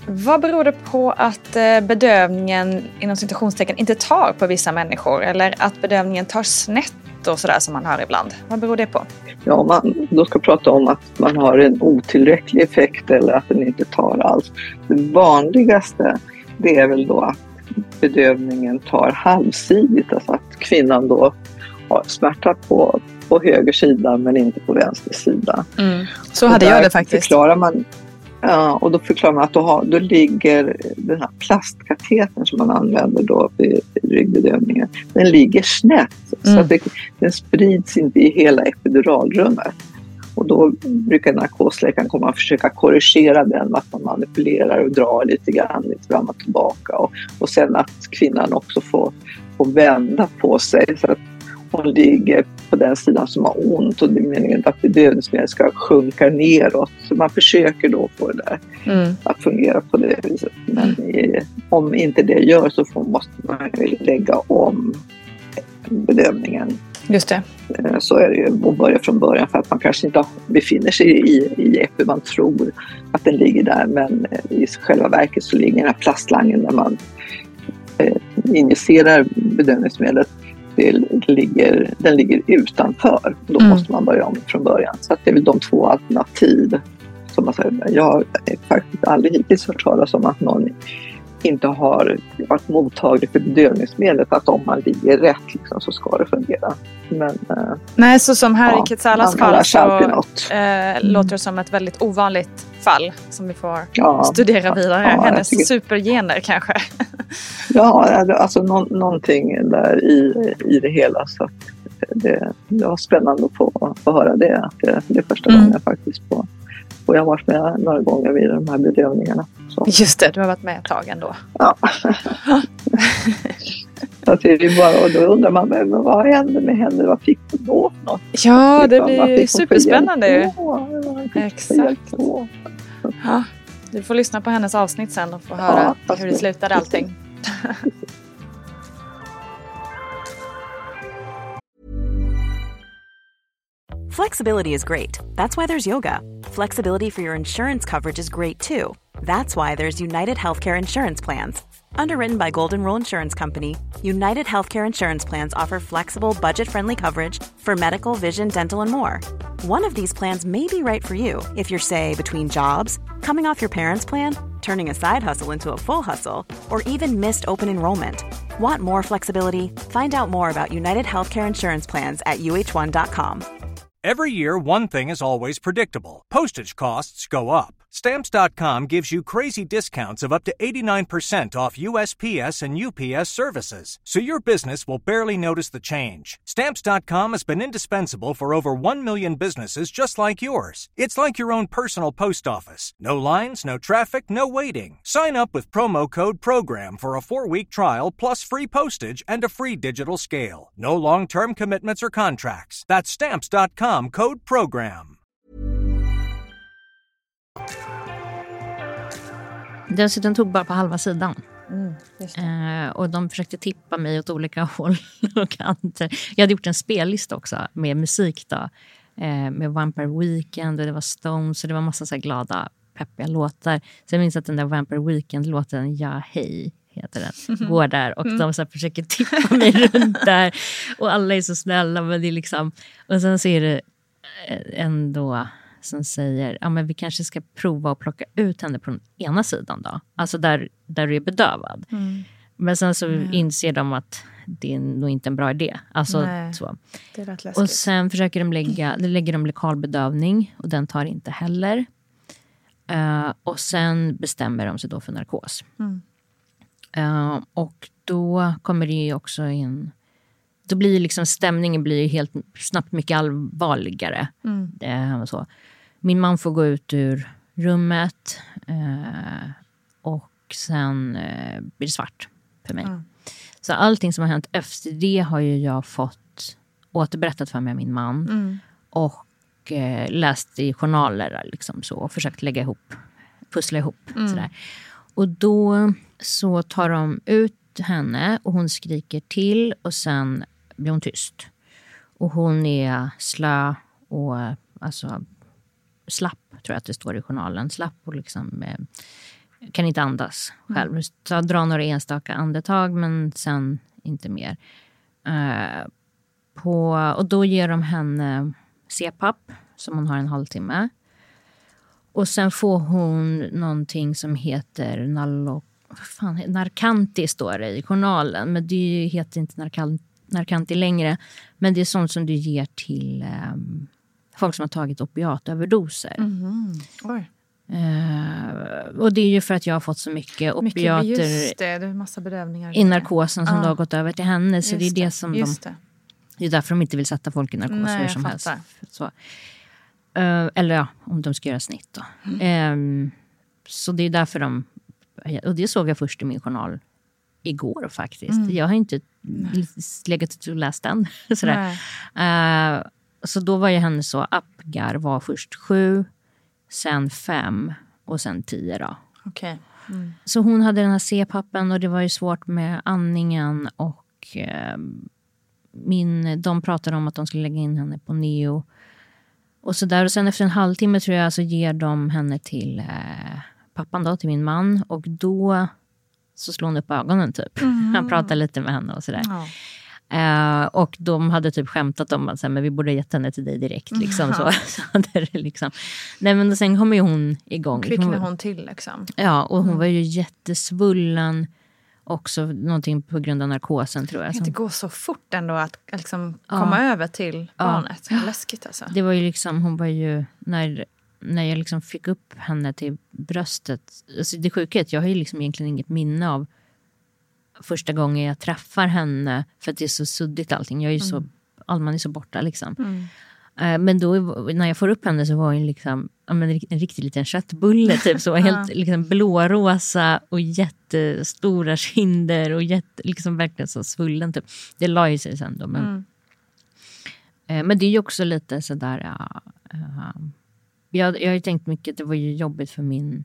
Vad beror det på att bedövningen inom citationstecken inte tar på vissa människor? Eller att bedövningen tar snett och sådär som man hör ibland? Vad beror det på?
Ja, om man då ska prata om att man har en otillräcklig effekt eller att den inte tar alls. Det vanligaste det är väl då att bedövningen tar halvsidigt. Alltså att kvinnan då har smärta på, på höger sida men inte på vänster sida.
Mm. Så hade jag det faktiskt.
Förklarar man, ja, och då förklarar man att då, har, då ligger den här plastkateten som man använder då vid ryggbedövningen, den ligger snett. Mm. Så att det, den sprids inte i hela epiduralrummet. Och då brukar narkosläkaren komma och försöka korrigera den med att man manipulerar och drar lite grann, lite fram och tillbaka. Och, och sen att kvinnan också får, får vända på sig så att hon ligger på den sidan som har ont och det är meningen att bedövningsmedel ska sjunka neråt. Så man försöker då få det där mm. att fungera på det viset. Men i, om inte det gör så får, måste man lägga om bedövningen.
Just det.
Så är det ju att börja från början för att man kanske inte befinner sig i, i epi. Man tror att den ligger där men i själva verket så ligger den här plastlangen där man eh, injicerar bedövningsmedlet. Det ligger, den ligger utanför. Då mm. måste man börja om från början. Så att det är väl de två alternativ som man säger. Jag har faktiskt aldrig hittills hört talas om att någon inte har varit mottaglig för bedövningsmedlet, att om man ligger rätt liksom, så ska det fungera. Men, eh,
Nej, så som här ja, i Ketsalas fall så eh,
mm.
låter det som ett väldigt ovanligt fall som vi får
ja,
studera vidare.
Ja,
Hennes
tycker...
supergener kanske.
Ja, alltså nå- någonting där i, i det hela. Så att det, det var spännande att få, få höra det. Det, det är första mm. gången jag faktiskt på. Och jag har varit med några gånger vid de här bedövningarna. Så.
Just det, du har varit med ett tag ändå.
Ja. Så det är bara, och då undrar man, men vad hände med henne? Vad fick hon då för något?
Ja, det blir superspännande ju. Exakt. Ja, du får lyssna på hennes avsnitt sen och få höra ja, hur det slutade allting.
Flexibility is great. That's why there's yoga. Flexibility for your insurance coverage is great too. That's why there's United Healthcare Insurance Plans. Underwritten by Golden Rule Insurance Company, United Healthcare Insurance Plans offer flexible, budget-friendly coverage for medical, vision, dental, and more. One of these plans may be right for you if you're, say, between jobs, coming off your parents' plan, turning a side hustle into a full hustle, or even missed open enrollment. Want more flexibility? Find out more about United Healthcare Insurance Plans at U H one dot com.
Every year, one thing is always predictable. Postage costs go up. Stamps dot com gives you crazy discounts of up to eighty-nine percent off U S P S and U P S services, so your business will barely notice the change. Stamps dot com has been indispensable for over one million businesses just like yours. It's like your own personal post office. No lines, no traffic, no waiting. Sign up with promo code PROGRAM for a four-week trial plus free postage and a free digital scale. No long-term commitments or contracts. That's Stamps dot com, code PROGRAM.
Dessutom tog bara på halva sidan.
Mm,
eh, och de försökte tippa mig åt olika håll och kanter. Jag hade gjort en spellista också med musik då. Eh, med Vampire Weekend och det var Stones. Så det var massa så här glada, peppiga låtar. Så jag minns att den där Vampire Weekend-låten, Ja hej heter den, mm-hmm. går där. Och mm. de så här försöker tippa mig runt där. Och alla är så snälla. Men det är liksom, och sen så är det ändå som säger, ja men vi kanske ska prova att plocka ut henne på den ena sidan då. Alltså där, där du är bedövad. Mm. Men sen så mm. inser de att det är nog inte en bra idé. Alltså så.
Det är rätt läskigt.
Och sen försöker de lägga, de lägger de lokal bedövning och den tar inte heller. Uh, och sen bestämmer de sig då för narkos. Mm. Uh, och då kommer det ju också in, då blir liksom stämningen blir helt snabbt mycket allvarligare. Mm. Uh, så. Min man får gå ut ur rummet uh, och sen uh, blir det svart för mig. Mm. Så allting som har hänt efter det har ju jag fått återberättat för mig av min man. Mm. Och eh, läst i journaler liksom så, och försökt lägga ihop, pussla ihop. Mm. Sådär. Och då så tar de ut henne och hon skriker till och sen blir hon tyst. Och hon är slö och alltså slapp, tror jag att det står i journalen. Slapp och liksom... Eh, kan inte andas själv. Mm. Så jag drar några enstaka andetag men sen inte mer. Uh, på, och då ger de henne C PAP som hon har en halvtimme. Och sen får hon någonting som heter Nalo, fan, Narcanti står det i journalen. Men det heter inte Narcanti, Narcanti längre. Men det är sånt som du ger till um, folk som har tagit opiatöverdoser.
Mm. Oj.
Uh, och det är ju för att jag har fått så mycket opiater
mycket, just det, det är massa bedövningar
i narkosen som
ah.
då har gått över till henne. Så
just
det är det som
just
de...
Det.
Det är därför de inte vill sätta folk i narkos.
Nej,
hur som
jag
helst. Så. Uh, eller ja, om de ska göra snitt då. Mm. Um, så det är därför de... Och det såg jag först i min journal igår faktiskt. Mm. Jag har inte Nej. legat och läst den. Sådär. Uh, så då var ju henne så, Apgar var först sju, sen fem och sen tio då.
Okej. Okay. Mm.
Så hon hade den här C-pappen och det var ju svårt med andningen och uh, min, de pratade om att de skulle lägga in henne på neo. Och så där, och sen efter en halvtimme tror jag så ger de henne till eh, pappan då, till min man. Och då så slår hon upp ögonen typ. Mm. Han pratar lite med henne och sådär. Ja. Eh, och de hade typ skämtat om att så här, men vi borde gett henne till dig direkt. Liksom, mm. så, så hade det liksom. Nej, men sen kommer ju hon igång.
Kvicknar hon till liksom.
Ja, och hon mm. var ju jättesvullen. Också någonting på grund av narkosen tror jag.
Det kan inte gå så fort ändå att liksom komma ja. över till barnet. Ja. Läskigt alltså.
Det var ju liksom, hon var ju, när, när jag liksom fick upp henne till bröstet. Alltså det sjuka är att jag har ju liksom egentligen inget minne av första gången jag träffar henne. För att det är så suddigt allting. Jag är ju mm. så, man är så borta liksom. Mm. Men då när jag får upp henne så var hon liksom ja, men en riktig liten köttbulle typ så helt liksom blårosa och jättestora kinder och jätte, liksom verkligen så svullen typ. Det la ju sig sen då men mm. eh, men det är ju också lite så där ja, uh, jag jag har ju tänkt mycket, det var ju jobbigt för min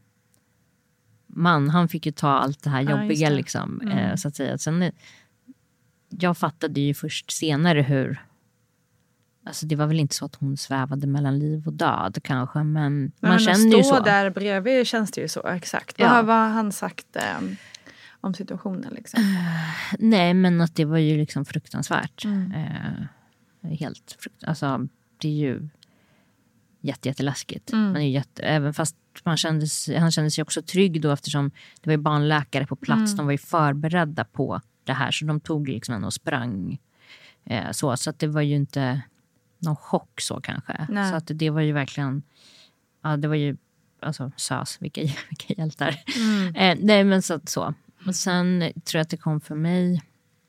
man, han fick ju ta allt det här jobbiga ja, det. liksom mm. eh, så att säga. Sen jag fattade ju först senare hur alltså det var väl inte så att hon svävade mellan liv och död kanske, men, men man känner ju så.
Där bredvid känns det ju så, exakt. Ja. Vad har han sagt eh, om situationen liksom?
Uh, nej, men att det var ju liksom fruktansvärt. Mm. Uh, helt fruktansvärt. Alltså det är ju jätte, jätteläskigt. Mm. Man är jätte, även fast man kändes, han kände sig också trygg då eftersom det var ju barnläkare på plats. Mm. De var ju förberedda på det här så de tog liksom en och sprang. Uh, så, så att det var ju inte någon chock så kanske. Nej. Så att det var ju verkligen ja det var ju alltså sös vilka vilka hjältar. Mm. Eh, nej men så att så. Och sen tror jag att det kom för mig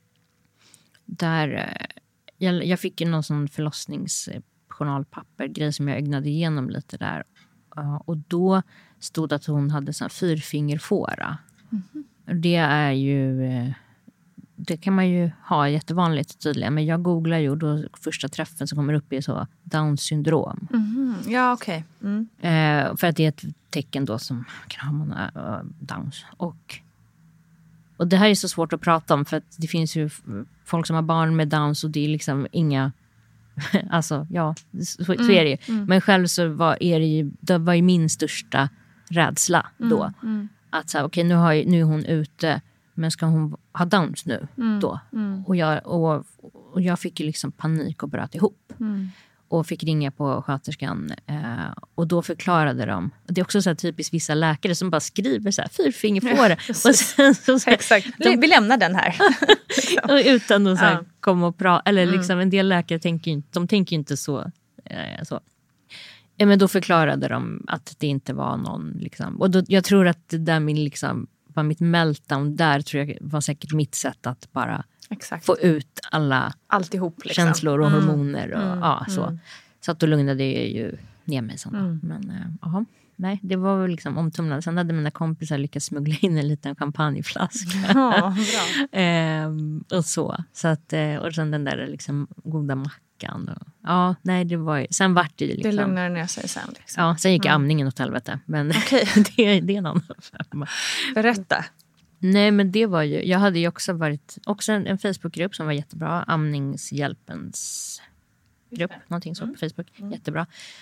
där eh, jag, jag fick ju någon sån förlossningsjournalpapper grej som jag ögnade igenom lite där. Uh, och då stod att hon hade sån fyrfingerfåra. Mm. Det är ju eh, det kan man ju ha jättevanligt tydligen. Men jag googlar ju och då första träffen som kommer upp är så Downs syndrom.
Mm. Ja, okej. Okay. Mm.
Eh, för att det är ett tecken då som kan ha många uh, Downs. Och, och det här är så svårt att prata om för att det finns ju folk som har barn med Downs och det är liksom inga alltså ja, så, så är det ju. Mm. Men själv så var, är det ju, det var ju min största rädsla då. Mm. Mm. Att så här, okej, okay, nu, har jag, nu är hon ute. Men ska hon ha Downs nu mm. då? Mm. Och, jag, och, och jag fick ju liksom panik och bröt ihop. Mm. Och fick ringa på sköterskan. Eh, och då förklarade de. Det är också så här typiskt vissa läkare som bara skriver så här. Fyrfingerfåra. Ja, och sen så, så här,
exakt. De, vi lämnar den här.
och utan att så här, ja. komma och prata. Eller liksom mm. en del läkare tänker inte, de tänker inte så. Eh, så. Ja, men då förklarade de att det inte var någon. Liksom, och då, jag tror att det där min liksom. Mitt meltdown där tror jag var säkert mitt sätt att bara exakt. Få ut alla
alltihop liksom.
Känslor och mm. hormoner och mm. ja så mm. så att då lugnade jag ju ner mig sånt. Mm. Men ja, äh, nej, det var väl liksom omtumlande. Sen hade mina kompisar lyckats smuggla in en liten champagneflaska.
Ja, bra.
ehm, och så så att och sen den där liksom goda mackan och, ja, nej det var ju, sen vart det liksom.
Det lugnade ner sig sen liksom.
Ja, sen gick mm. amningen åt helvete. Men okay. det, det är någon.
Berätta.
Nej, men det var ju, jag hade ju också varit, också en, en Facebookgrupp som var jättebra. Amningshjälpens grupp, någonting så mm. på Facebook. Mm. Jättebra.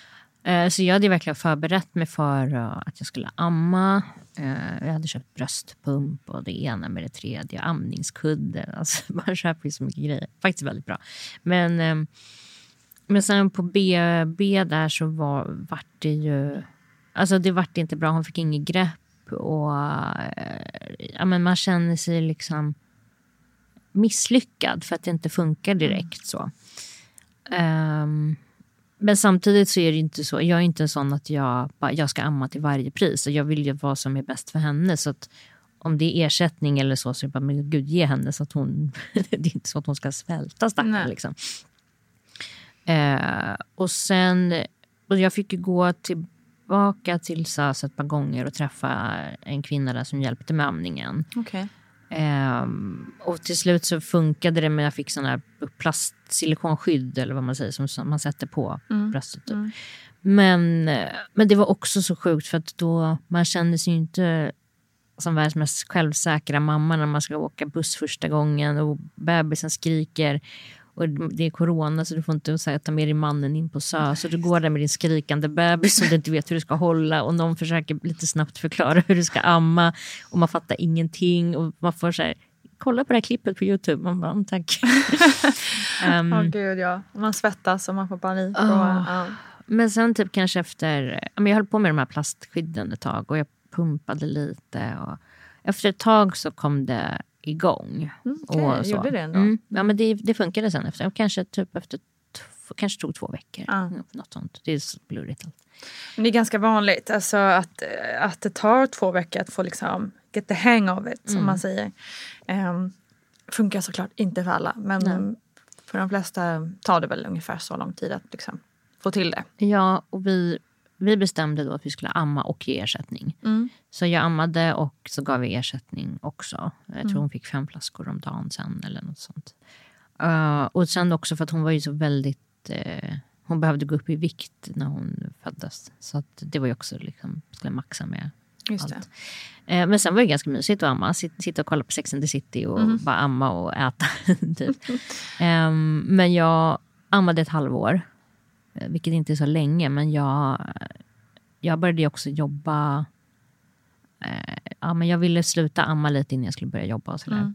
Eh, så jag hade verkligen förberett mig för uh, att jag skulle amma. Eh, jag hade köpt bröstpump och det ena med det tredje. Amningskudde. Alltså, man köper ju så mycket grejer. Faktiskt väldigt bra. Men, eh, men sen på B B där så var, var det ju... Alltså det var inte bra. Hon fick inget grepp. Och eh, ja, men man känner sig liksom misslyckad för att det inte funkar direkt så. Um, men samtidigt så är det inte så. Jag är inte en sån att jag, bara, jag ska amma till varje pris. Och jag vill ju vad som är bäst för henne. Så att om det är ersättning eller så, så är det bara, men gud, ge henne så att hon... det är inte så att hon ska svälta stackaren liksom. Uh, och sen... Och jag fick ju gå tillbaka till S A S ett par gånger och träffa en kvinna där som hjälpte med amningen.
Okej. Okay.
Um, och till slut så funkade det, men jag fick sån här plastsilikonskydd eller vad man säger som man sätter på mm. bröstet typ. Mm. men, men det var också så sjukt för att då man kände sig ju inte som världens mest självsäkra mamma när man ska åka buss första gången och bebisen skriker och det är corona så du får inte säga, ta med din mannen in på S Ö. Så du går där med din skrikande bebis som du inte vet hur du ska hålla och någon försöker lite snabbt förklara hur du ska amma och man fattar ingenting och man får så här, kolla på det här klippet på YouTube. Man bara, tack.
um, Åh oh, gud, ja. Man svettas och man får panik.
Oh.
Och, ja.
Men sen typ kanske efter, jag höll på med de här plastskydden ett tag och jag pumpade lite och efter ett tag så kom det igång.
Mm, okay.
Och så.
Gjorde det ändå?
Mm. Ja, men det, det funkade sen efter. Kanske typ efter t- kanske tog två veckor.
Ah.
Något sånt. Det är så blurigt allt.
Men det är ganska vanligt alltså att, att det tar två veckor att få liksom get the hang of it, som mm. man säger. Um, funkar såklart inte för alla. Men Nej. för de flesta tar det väl ungefär så lång tid att liksom få till det.
Ja, och vi... Vi bestämde då att vi skulle amma och ge ersättning. Mm. Så jag ammade och så gav vi ersättning också. Jag tror mm. hon fick fem flaskor om dagen sen eller något sånt. Uh, och sen också för att hon var ju så väldigt... Uh, hon behövde gå upp i vikt när hon föddes. Så att det var ju också liksom, skulle maxa med
Just
allt. Det. Uh, men sen var det ganska mysigt att amma. Sitta, sitta och kolla på Sex and the City och mm. bara amma och äta. typ. um, men jag ammade ett halvår. Vilket inte är så länge, men jag, jag började också jobba. Eh, ja, men jag ville sluta amma lite innan jag skulle börja jobba och sådär. Mm.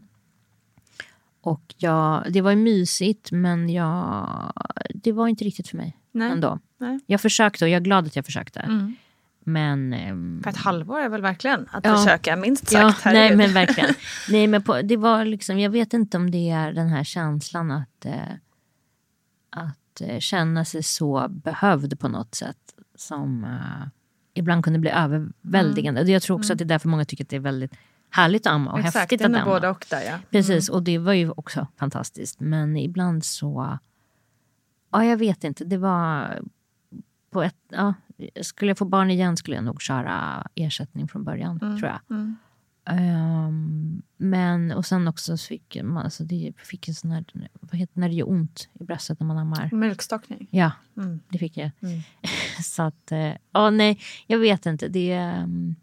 Och jag, det var ju mysigt, men jag, det var inte riktigt för mig.
Nej.
Ändå.
Nej.
Jag försökte och jag är glad att jag försökte.
Mm.
Men, ehm,
för ett halvår är väl verkligen att
ja,
försöka, minst sagt.
Ja, nej, men verkligen. nej, men på, det var liksom, jag vet inte om det är den här känslan att... Eh, att känna sig så behövd på något sätt som uh, ibland kunde bli överväldigande. Mm. Jag tror också mm. att det är därför många tycker att det är väldigt härligt att amma och
Exakt,
häftigt att amma.
Både och där, ja.
Precis,
mm.
och det var ju också fantastiskt. Men ibland så... Ja, jag vet inte. Det var... på ett, ja, skulle jag få barn igen skulle jag nog köra ersättning från början, mm. tror jag. Mm. Um, men och sen också så fick man alltså det fick en sån här, vad heter när det gör ont i bröstet när man ammar.
Mjölkstockning.
Ja,
mm.
det fick jag.
Mm.
så att ja, uh, nej, jag vet inte. Det um,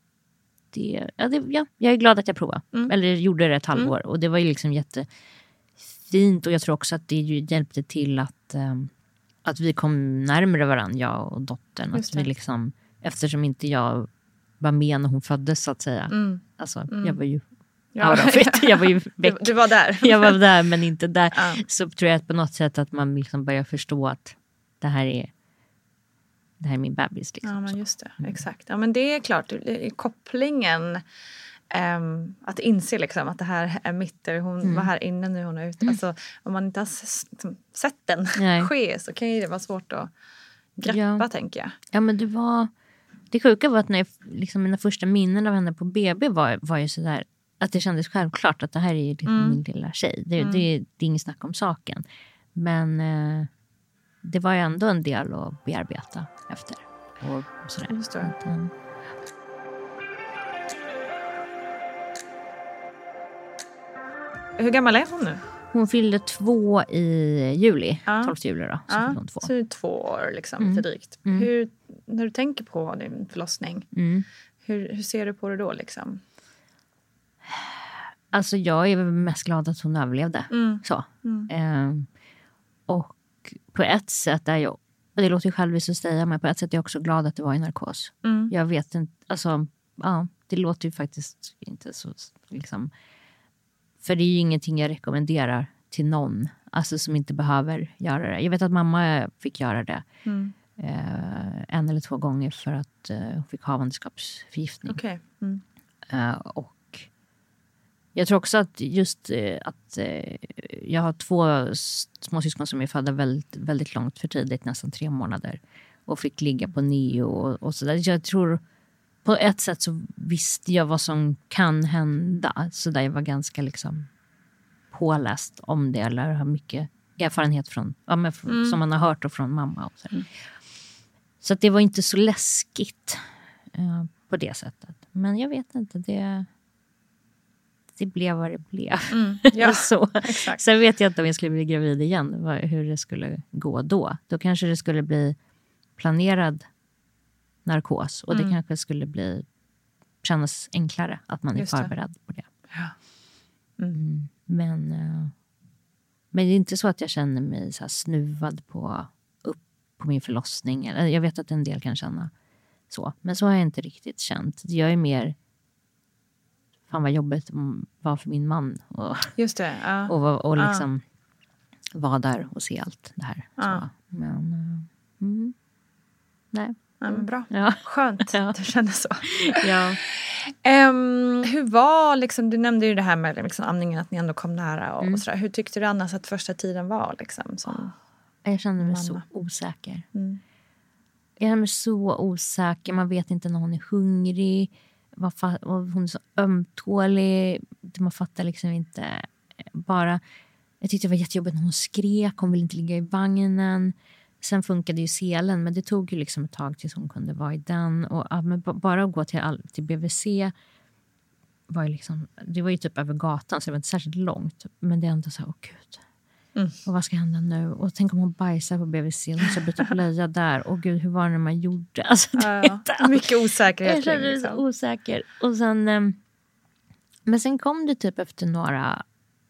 det ja, det ja, jag är glad att jag provade. Mm. Eller gjorde det ett halvår mm. och det var ju liksom jättefint och jag tror också att det ju hjälpte till att um, att vi kom närmare varandra, jag och dottern, att vi liksom, eftersom inte jag var med när hon föddes så att säga. Mm. Alltså, mm. jag var ju
ja.
jag var ju väck.
Du, du var där.
jag var där men inte där.
Ja.
Så tror jag att på något sätt att man liksom börjar förstå att det här är det här är min bebis. Liksom.
Ja, men just det. Mm. Exakt. Ja, men det är klart, det är kopplingen um, att inse liksom att det här är mitt. Hon mm. var här inne nu, hon är ute. Alltså, om man inte har sett den Nej. ske så kan det vara svårt att greppa, ja. tänker jag.
Ja, men det var... Det sjuka var att när jag, liksom, mina första minnen av henne på B B var, var ju sådär att det kändes självklart att det här är liksom mm. min lilla tjej. Det, mm. det, det är inget snack om saken. Men eh, det var ju ändå en del att bearbeta efter. Och sådär.
Just det.
Mm.
Hur gammal är hon nu?
Hon fyllde två i juli. Ja. tolfte juli då. Så,
ja.
hon två.
Så är det två år liksom,
mm.
för drygt.
Mm.
Hur, när du tänker på din förlossning,
mm.
hur, hur ser du på det då liksom?
Alltså jag är mest glad att hon överlevde.
Mm.
Så.
Mm.
Eh, och på ett sätt är jag Och det låter ju självvis att säga, men på ett sätt är jag också glad att det var i narkos.
Mm.
Jag vet inte, alltså, ja, det låter ju faktiskt inte så, liksom. För det är ju ingenting jag rekommenderar till någon, alltså som inte behöver göra det. Jag vet att mamma fick göra det
Mm.
eh, en eller två gånger för att eh, hon fick havandeskapsförgiftning.
Okej. Mm.
Eh, och jag tror också att just eh, att eh, jag har två småsyskon som är födda väldigt, väldigt långt för tidigt, nästan tre månader. Och fick ligga på neo och, och sådär. Jag tror på ett sätt så visste jag vad som kan hända. Så där jag var ganska liksom påläst om det. Eller har mycket erfarenhet från, ja, men, mm. som man har hört och från mamma. Och så mm. så att det var inte så läskigt eh, på det sättet. Men jag vet inte, det... Det blev vad det blev. Mm, ja, så. Exakt. Sen vet jag inte om jag skulle bli gravid igen. Hur det skulle gå då. Då kanske det skulle bli planerad narkos. Och mm. det kanske skulle bli kännas enklare att man är Just förberedd det. på det.
Ja.
Mm. Mm, men, men det är inte så att jag känner mig så här snuvad på, upp på min förlossning. Jag vet att en del kan känna så. Men så har jag inte riktigt känt. Jag är mer... Fan vad jobbigt var för min man. Och,
Just det, ja.
och, och liksom ja. vara där och se allt det här.
Ja.
Så. Men, mm, nej.
Ja, men bra.
Ja.
Skönt
ja.
att du känner så.
Ja.
Um, hur var, liksom, du nämnde ju det här med liksom, amningen, att ni ändå kom nära. Och,
mm.
och sådär. Hur tyckte du annars att första tiden var? Liksom, som
jag kände mig
mamma?
så osäker.
Mm.
Jag kände mig så osäker. Man vet inte när hon är hungrig. Hon är så ömtålig. Man fattar liksom inte. Bara, jag tyckte det var jättejobbigt när hon skrek. Hon ville inte ligga i vagnen. Sen funkade ju selen. Men det tog ju liksom ett tag tills hon kunde vara i den. Och, ja, men bara att gå till, all, till B V C var ju liksom, det var ju typ över gatan. Så det var inte särskilt långt. Men det är ändå så här, åh gud. Mm. Och vad ska hända nu? Och tänk om hon bajsar på B V C. Hon ska byta blöja där. Och gud, hur var det när man gjorde? Alltså,
ja, ja. Mycket osäkerhet.
Jag kände mig så osäker. Och sen, eh, men sen kom det typ efter några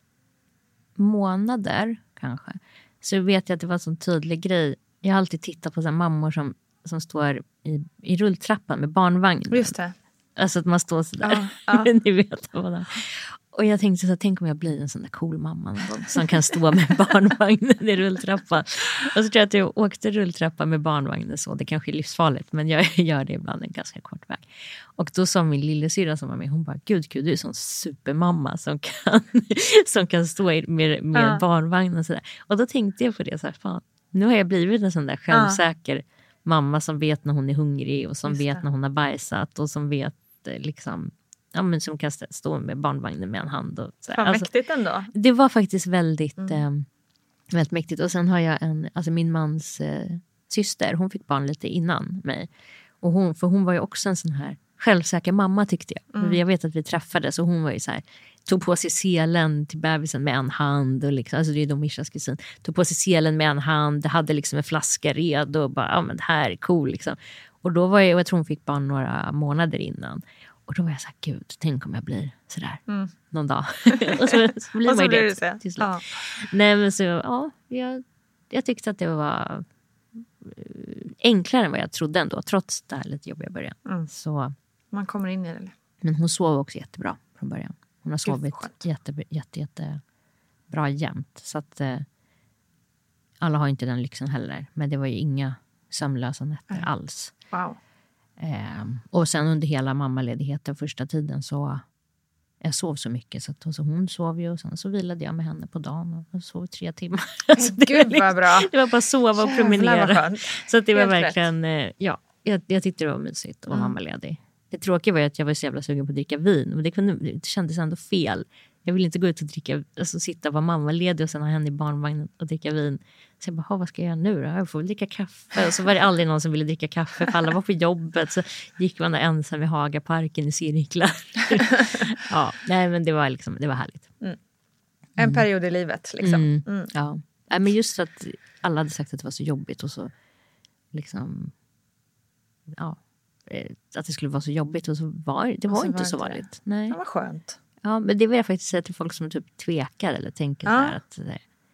månader kanske. Så vet jag att det var en sån tydlig grej. Jag har alltid tittat på så här mammor som, som står i, i rulltrappan med barnvagnen.
Just det.
Alltså att man står så där. Ja, ja. Ni vet vad det är. Och jag tänkte så här, tänk om jag blir en sån där cool mamma som kan stå med barnvagnen i rulltrappan. Och så tror jag att jag åkte rulltrappan med barnvagnen så. Det kanske är livsfarligt, men jag gör det ibland en ganska kort väg. Och då sa min lillesyra som var med, hon bara, gud, gud du är en sån supermamma som kan, som kan stå med, med ja. barnvagnen och sådär. Och då tänkte jag på det så här, fan, nu har jag blivit en sån där självsäker ja. mamma som vet när hon är hungrig och som Just vet det. när hon har bajsat och som vet liksom... Ja, men som kan stå med barnvagnen med en hand. Och så.
Vad alltså, mäktigt ändå.
Det var faktiskt väldigt,
mm.
eh, väldigt mäktigt. Och sen har jag en, alltså min mans eh, syster. Hon fick barn lite innan mig. Och hon, för hon var ju också en sån här självsäker mamma tyckte jag. Mm. Jag vet att vi träffades och hon var ju så här, tog på sig selen till bebisen med en hand. Och liksom, alltså det är då Mishas kusin. Tog på sig selen med en hand. Det hade liksom en flaska redo. Och bara, ja men det här är cool liksom. Och då var jag, och jag tror hon fick barn några månader innan. Och då var jag så här, gud, tänk om jag blir sådär mm. någon dag. och så, så blir
och så
man ju
blir
det,
det så.
till slut. Ja. Nej men så, ja, jag, jag tyckte att det var enklare än vad jag trodde ändå. Trots det här lite jobbiga början. Mm. Så,
man kommer in i det.
Men hon sov också jättebra från början. Hon har sovit jätte, jätte, jätte bra jämt. Så att eh, alla har inte den lyxen heller. Men det var ju inga sömnlösa nätter mm. alls.
Wow.
Eh, och sen under hela mammaledigheten första tiden så jag sov så mycket så, att, så hon sov ju och sen så vilade jag med henne på dagen och sov tre timmar. Alltså, det,
Gud vad bra.
Det var bara sova och promenera. Så att det
Helt
var verkligen, eh, ja, jag, jag tyckte det var mysigt att vara mm. mammaledig. Det tråkiga var att jag var så jävla sugen på att dricka vin. Men det, kunde, det kändes ändå fel. Jag ville inte gå ut och dricka, alltså sitta och vara mammaledig och sen ha henne i barnvagnen och dricka vin. Så jag bara, vad ska jag göra nu då? Jag får väl dricka kaffe. Och så var det aldrig någon som ville dricka kaffe. För alla var på jobbet. Så gick man där ensam i Hagaparken i cirklar. Ja, nej men det var liksom, det var härligt.
Mm. En period i livet liksom.
Mm. Mm. Ja, nej, men just att alla hade sagt att det var så jobbigt och så liksom, ja, att det skulle vara så jobbigt och så var det var inte var så vanligt. Det. Nej.
Det var skönt.
Ja, men det vill jag faktiskt säga till folk som typ tvekar eller tänker
ja.
så här att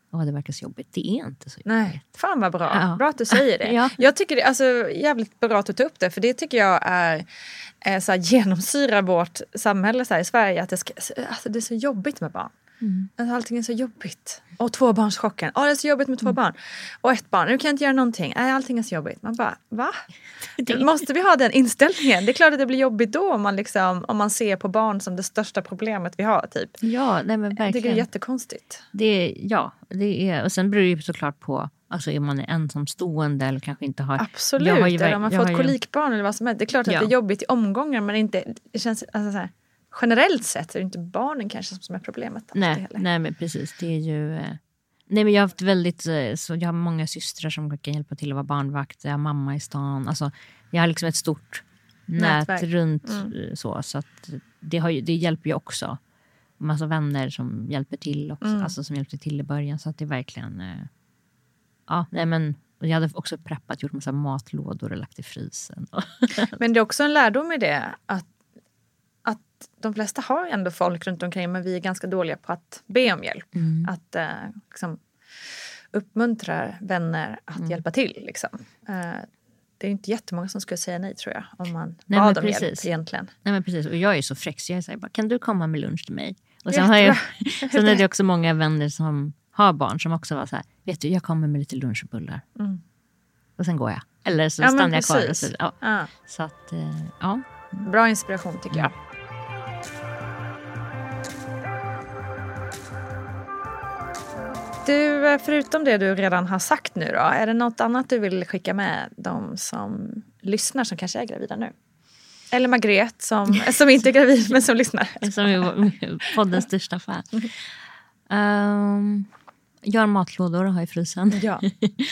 åh, det verkar så jobbigt. Det är inte så jobbigt.
Nej, fan vad bra.
Ja.
Bra att du säger det.
Ja.
Jag tycker det är alltså, jävligt bra att du tar upp det. För det tycker jag är, är så här, genomsyrar vårt samhälle så här, i Sverige. Att det, ska, alltså, det är så jobbigt med barn. Mm. Alltså, allting är så jobbigt. Och tvåbarnschocken. Åh, det är så jobbigt med två mm. barn. Och ett barn. Nu kan jag inte göra någonting. Nej, allting är så jobbigt. Man bara, va? Det... Måste vi ha den inställningen? Det är klart att det blir jobbigt då om man, liksom, om man ser på barn som det största problemet vi har. Typ.
Ja, nej, men verkligen.
Jag tycker det är jättekonstigt.
Det är, ja, det är, och sen beror det ju såklart på, alltså är man ensamstående eller kanske inte har...
Absolut,
jag har ju,
eller om man
jag
fått
ju,
kolikbarn eller vad som helst. Det är klart att ja. det är jobbigt i omgångar, men inte, det känns alltså så här, generellt sett är det inte barnen kanske som är problemet.
Nej, nej, men precis. Det är ju... Nej, men jag har haft väldigt... Så jag har många systrar som kan hjälpa till att vara barnvakt. Jag har mamma i stan. Alltså, jag har liksom ett stort nät Nätverk. runt mm. så. Så att det, har ju, det hjälper ju också. Massa vänner som hjälper till också. Mm. Alltså som hjälpte till i början. Så att det är verkligen... Ja, nej men... Jag hade också preppat, gjort massa matlådor och lagt i frysen.
Men det är också en lärdom i det att att de flesta har ändå folk runt omkring, men vi är ganska dåliga på att be om hjälp. Mm. Att eh, liksom, uppmuntra vänner att mm. hjälpa till. Liksom. Eh, det är inte jättemånga som skulle säga nej, tror jag, om man nej, bad om precis. hjälp egentligen.
Nej, men precis. Och jag är så fräck, så jag säger bara, kan du komma med lunch till mig? Och sen, har jag, sen är det också många vänner som har barn som också var så här, vet du, jag kommer med lite lunchbullar. Mm. Och sen går jag. Eller så ja, stannar jag kvar. Och så, ja. Ja. Så att, eh, ja.
Bra inspiration tycker jag. Du, förutom det du redan har sagt nu då, är det något annat du vill skicka med de som lyssnar som kanske är gravida nu? Eller Margret som, som inte är gravid men som lyssnar. Som
är poddens största fan. Um, gör matlådor och ha i frysen.
Ja.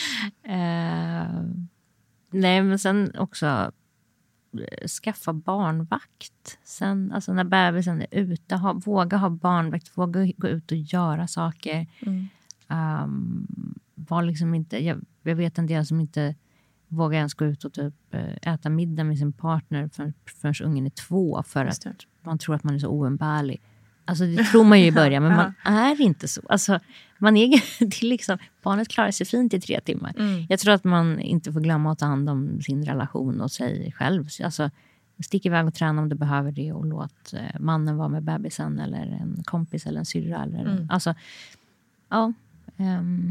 uh, nej, men sen också skaffa barnvakt. Sen, alltså när bebisen är ute, ha, våga ha barnvakt, våga gå ut och göra saker. Mm. Um, var liksom inte, jag, jag vet en del som inte vågar ens gå ut och typ äta middag med sin partner förrän, förrän ungen är två, för att man tror att man är så oumbärlig. Alltså det tror man ju i början, men man är inte så. Alltså man är, det är liksom, barnet klarar sig fint i tre timmar. Mm. Jag tror att man inte får glömma att ta hand om sin relation och sig själv. Alltså stick iväg och träna om du behöver det, och låt mannen vara med bebisen eller en kompis eller en syrra. Eller, mm. Alltså, ja. Um,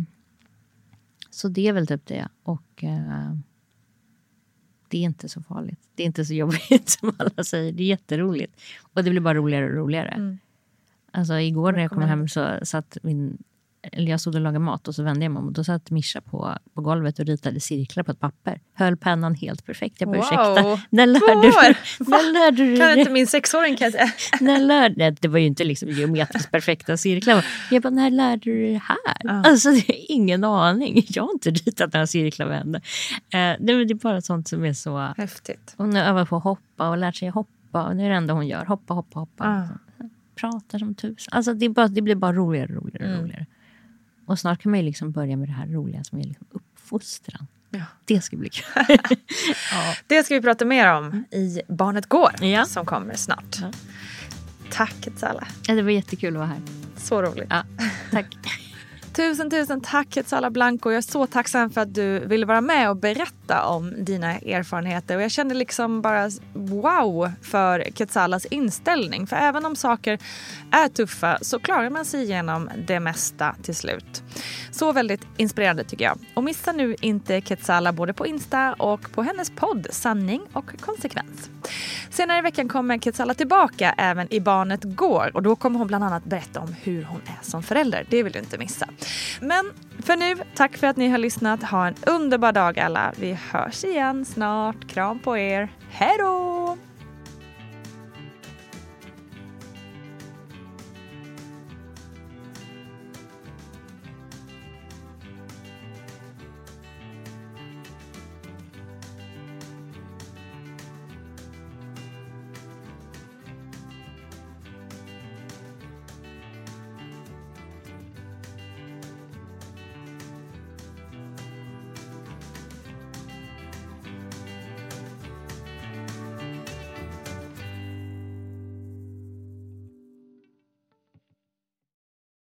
så det är väl typ det. Och uh, det är inte så farligt. Det är inte så jobbigt som alla säger. Det är jätteroligt. Och det blir bara roligare och roligare. Mm. Alltså igår när jag kom hem så satt min... Eller jag stod och lagade mat och så vände jag mig om. Och då satt Mischa på, på golvet och ritade cirklar på ett papper. Höll pennan helt perfekt. Jag bara, wow. ursäkta. När lärde du, när lärde du
Kan inte min sexåring kan säga.
När lärde, det var ju inte liksom geometriskt perfekta cirklar. Jag bara, när lärde du det här? Uh. Alltså det är ingen aning. Jag har inte ritat några cirklar med henne. Uh, det, det är bara sånt som är så...
Häftigt.
Hon har övat på att hoppa och lärt sig hoppa. Och det är det enda hon gör. Hoppa, hoppa, hoppa.
Uh.
Pratar som tusen. Alltså det, är bara, det blir bara roligare, roligare, mm. roligare. Och snart kan man ju liksom börja med det här roliga som är liksom uppfostran. Ja. Det ska bli kul.
Ja. Det ska vi prata mer om i Barnet går,
ja.
som kommer snart. Ja. Tack Ketsala.
Ja, det var jättekul att vara här.
Så roligt.
Ja, tack.
Tusen, tusen tack Ketsala Blanco. Jag är så tacksam för att du ville vara med och berätta om dina erfarenheter. Och jag kände liksom bara wow för Ketsalas inställning. För även om saker är tuffa så klarar man sig igenom det mesta till slut. Så väldigt inspirerande tycker jag. Och missa nu inte Ketsala både på Insta och på hennes podd Sanning och konsekvens. Senare i veckan kommer Ketsala tillbaka även i Barnet går. Och då kommer hon bland annat berätta om hur hon är som förälder. Det vill du inte missa. Men för nu, tack för att ni har lyssnat. Ha en underbar dag alla. Vi hörs igen snart. Kram på er. Hej då!